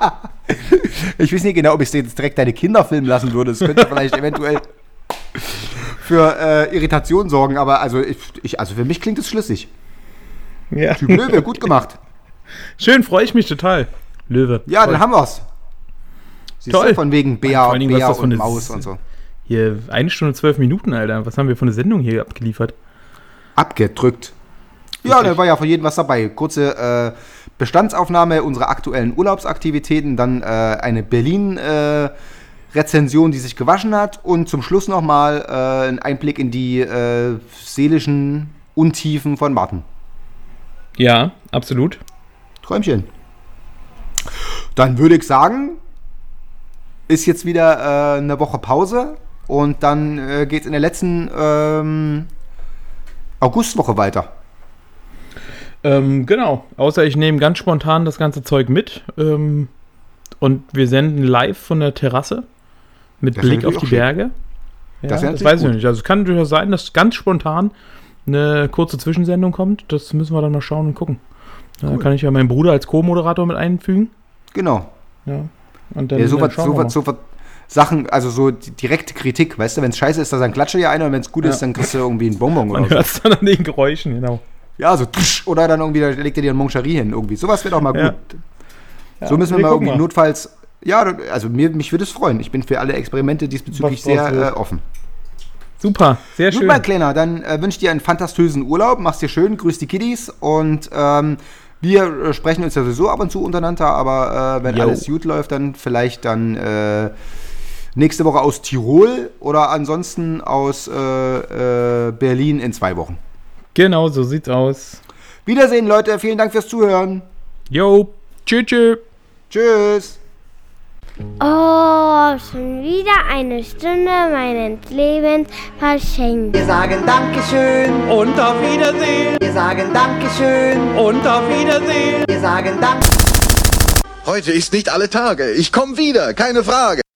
Ich weiß nicht genau, ob ich jetzt direkt deine Kinder filmen lassen würde. Das könnte vielleicht eventuell für äh, Irritation sorgen, aber also, ich, ich, also für mich klingt es schlüssig. Ja. Typ Löwe, gut gemacht. Schön, freue ich mich total. Löwe. Ja, Toll. dann haben wir's. Siehst Toll. du, von wegen Bär, Vor allen Dingen, was Bär das für und eine Maus S- und so. Hier, eine Stunde zwölf Minuten, Alter. Was haben wir für eine Sendung hier abgeliefert? Abgedrückt. Ja, da war ja von jedem was dabei. Kurze äh, Bestandsaufnahme unserer aktuellen Urlaubsaktivitäten, dann äh, eine Berlin-Rezension, die sich gewaschen hat und zum Schluss nochmal äh, ein Einblick in die äh, seelischen Untiefen von Martin. Ja, absolut. Träumchen. Dann würde ich sagen, ist jetzt wieder äh, eine Woche Pause und dann äh, geht es in der letzten ähm, Augustwoche weiter. Ähm, genau. Außer ich nehme ganz spontan das ganze Zeug mit ähm, und wir senden live von der Terrasse mit Das wär Blick auf natürlich die auch Berge. Ja, Das wär das natürlich weiß ich gut. noch nicht. Also es kann durchaus sein, dass ganz spontan eine kurze Zwischensendung kommt. Das müssen wir dann mal schauen und gucken. Ja, dann kann ich ja meinen Bruder als Co-Moderator mit einfügen. Genau. Ja. Und dann, Ja, so dann was, schauen so wir was, mal. so was Sachen, also so die direkte Kritik, weißt du, wenn es scheiße ist, dann klatsche dir einer und wenn es gut ist, Ja. dann kriegst du irgendwie einen Bonbon Man oder so. hört es dann an den Geräuschen, genau. Ja, so tsch, oder dann irgendwie, da legt er dir einen Moncherie hin irgendwie. Sowas wäre doch mal Ja. gut. so müssen wir, wir mal gucken irgendwie mal. notfalls, ja, also mir, mich würde es freuen. Ich bin für alle Experimente diesbezüglich Was sehr brauchst du? äh, offen. Super, sehr Gut, schön. mein Kleiner, dann äh, wünsche ich dir einen fantastösen Urlaub, mach's dir schön, grüß die Kiddies und ähm, wir äh, sprechen uns ja sowieso ab und zu untereinander, aber äh, wenn Jo. alles gut läuft, dann vielleicht dann äh, nächste Woche aus Tirol oder ansonsten aus äh, äh, Berlin in zwei Wochen. Genau, so sieht's aus. Wiedersehen, Leute, vielen Dank fürs Zuhören. Jo, tschüss, tschüss. Tschüss. Oh, schon wieder eine Stunde meines Lebens verschenkt. Wir sagen Dankeschön, Und auf Wiedersehen. wir sagen Dankeschön, Und auf Wiedersehen. wir sagen Dank. Heute ist nicht alle Tage. Ich komme wieder, keine Frage.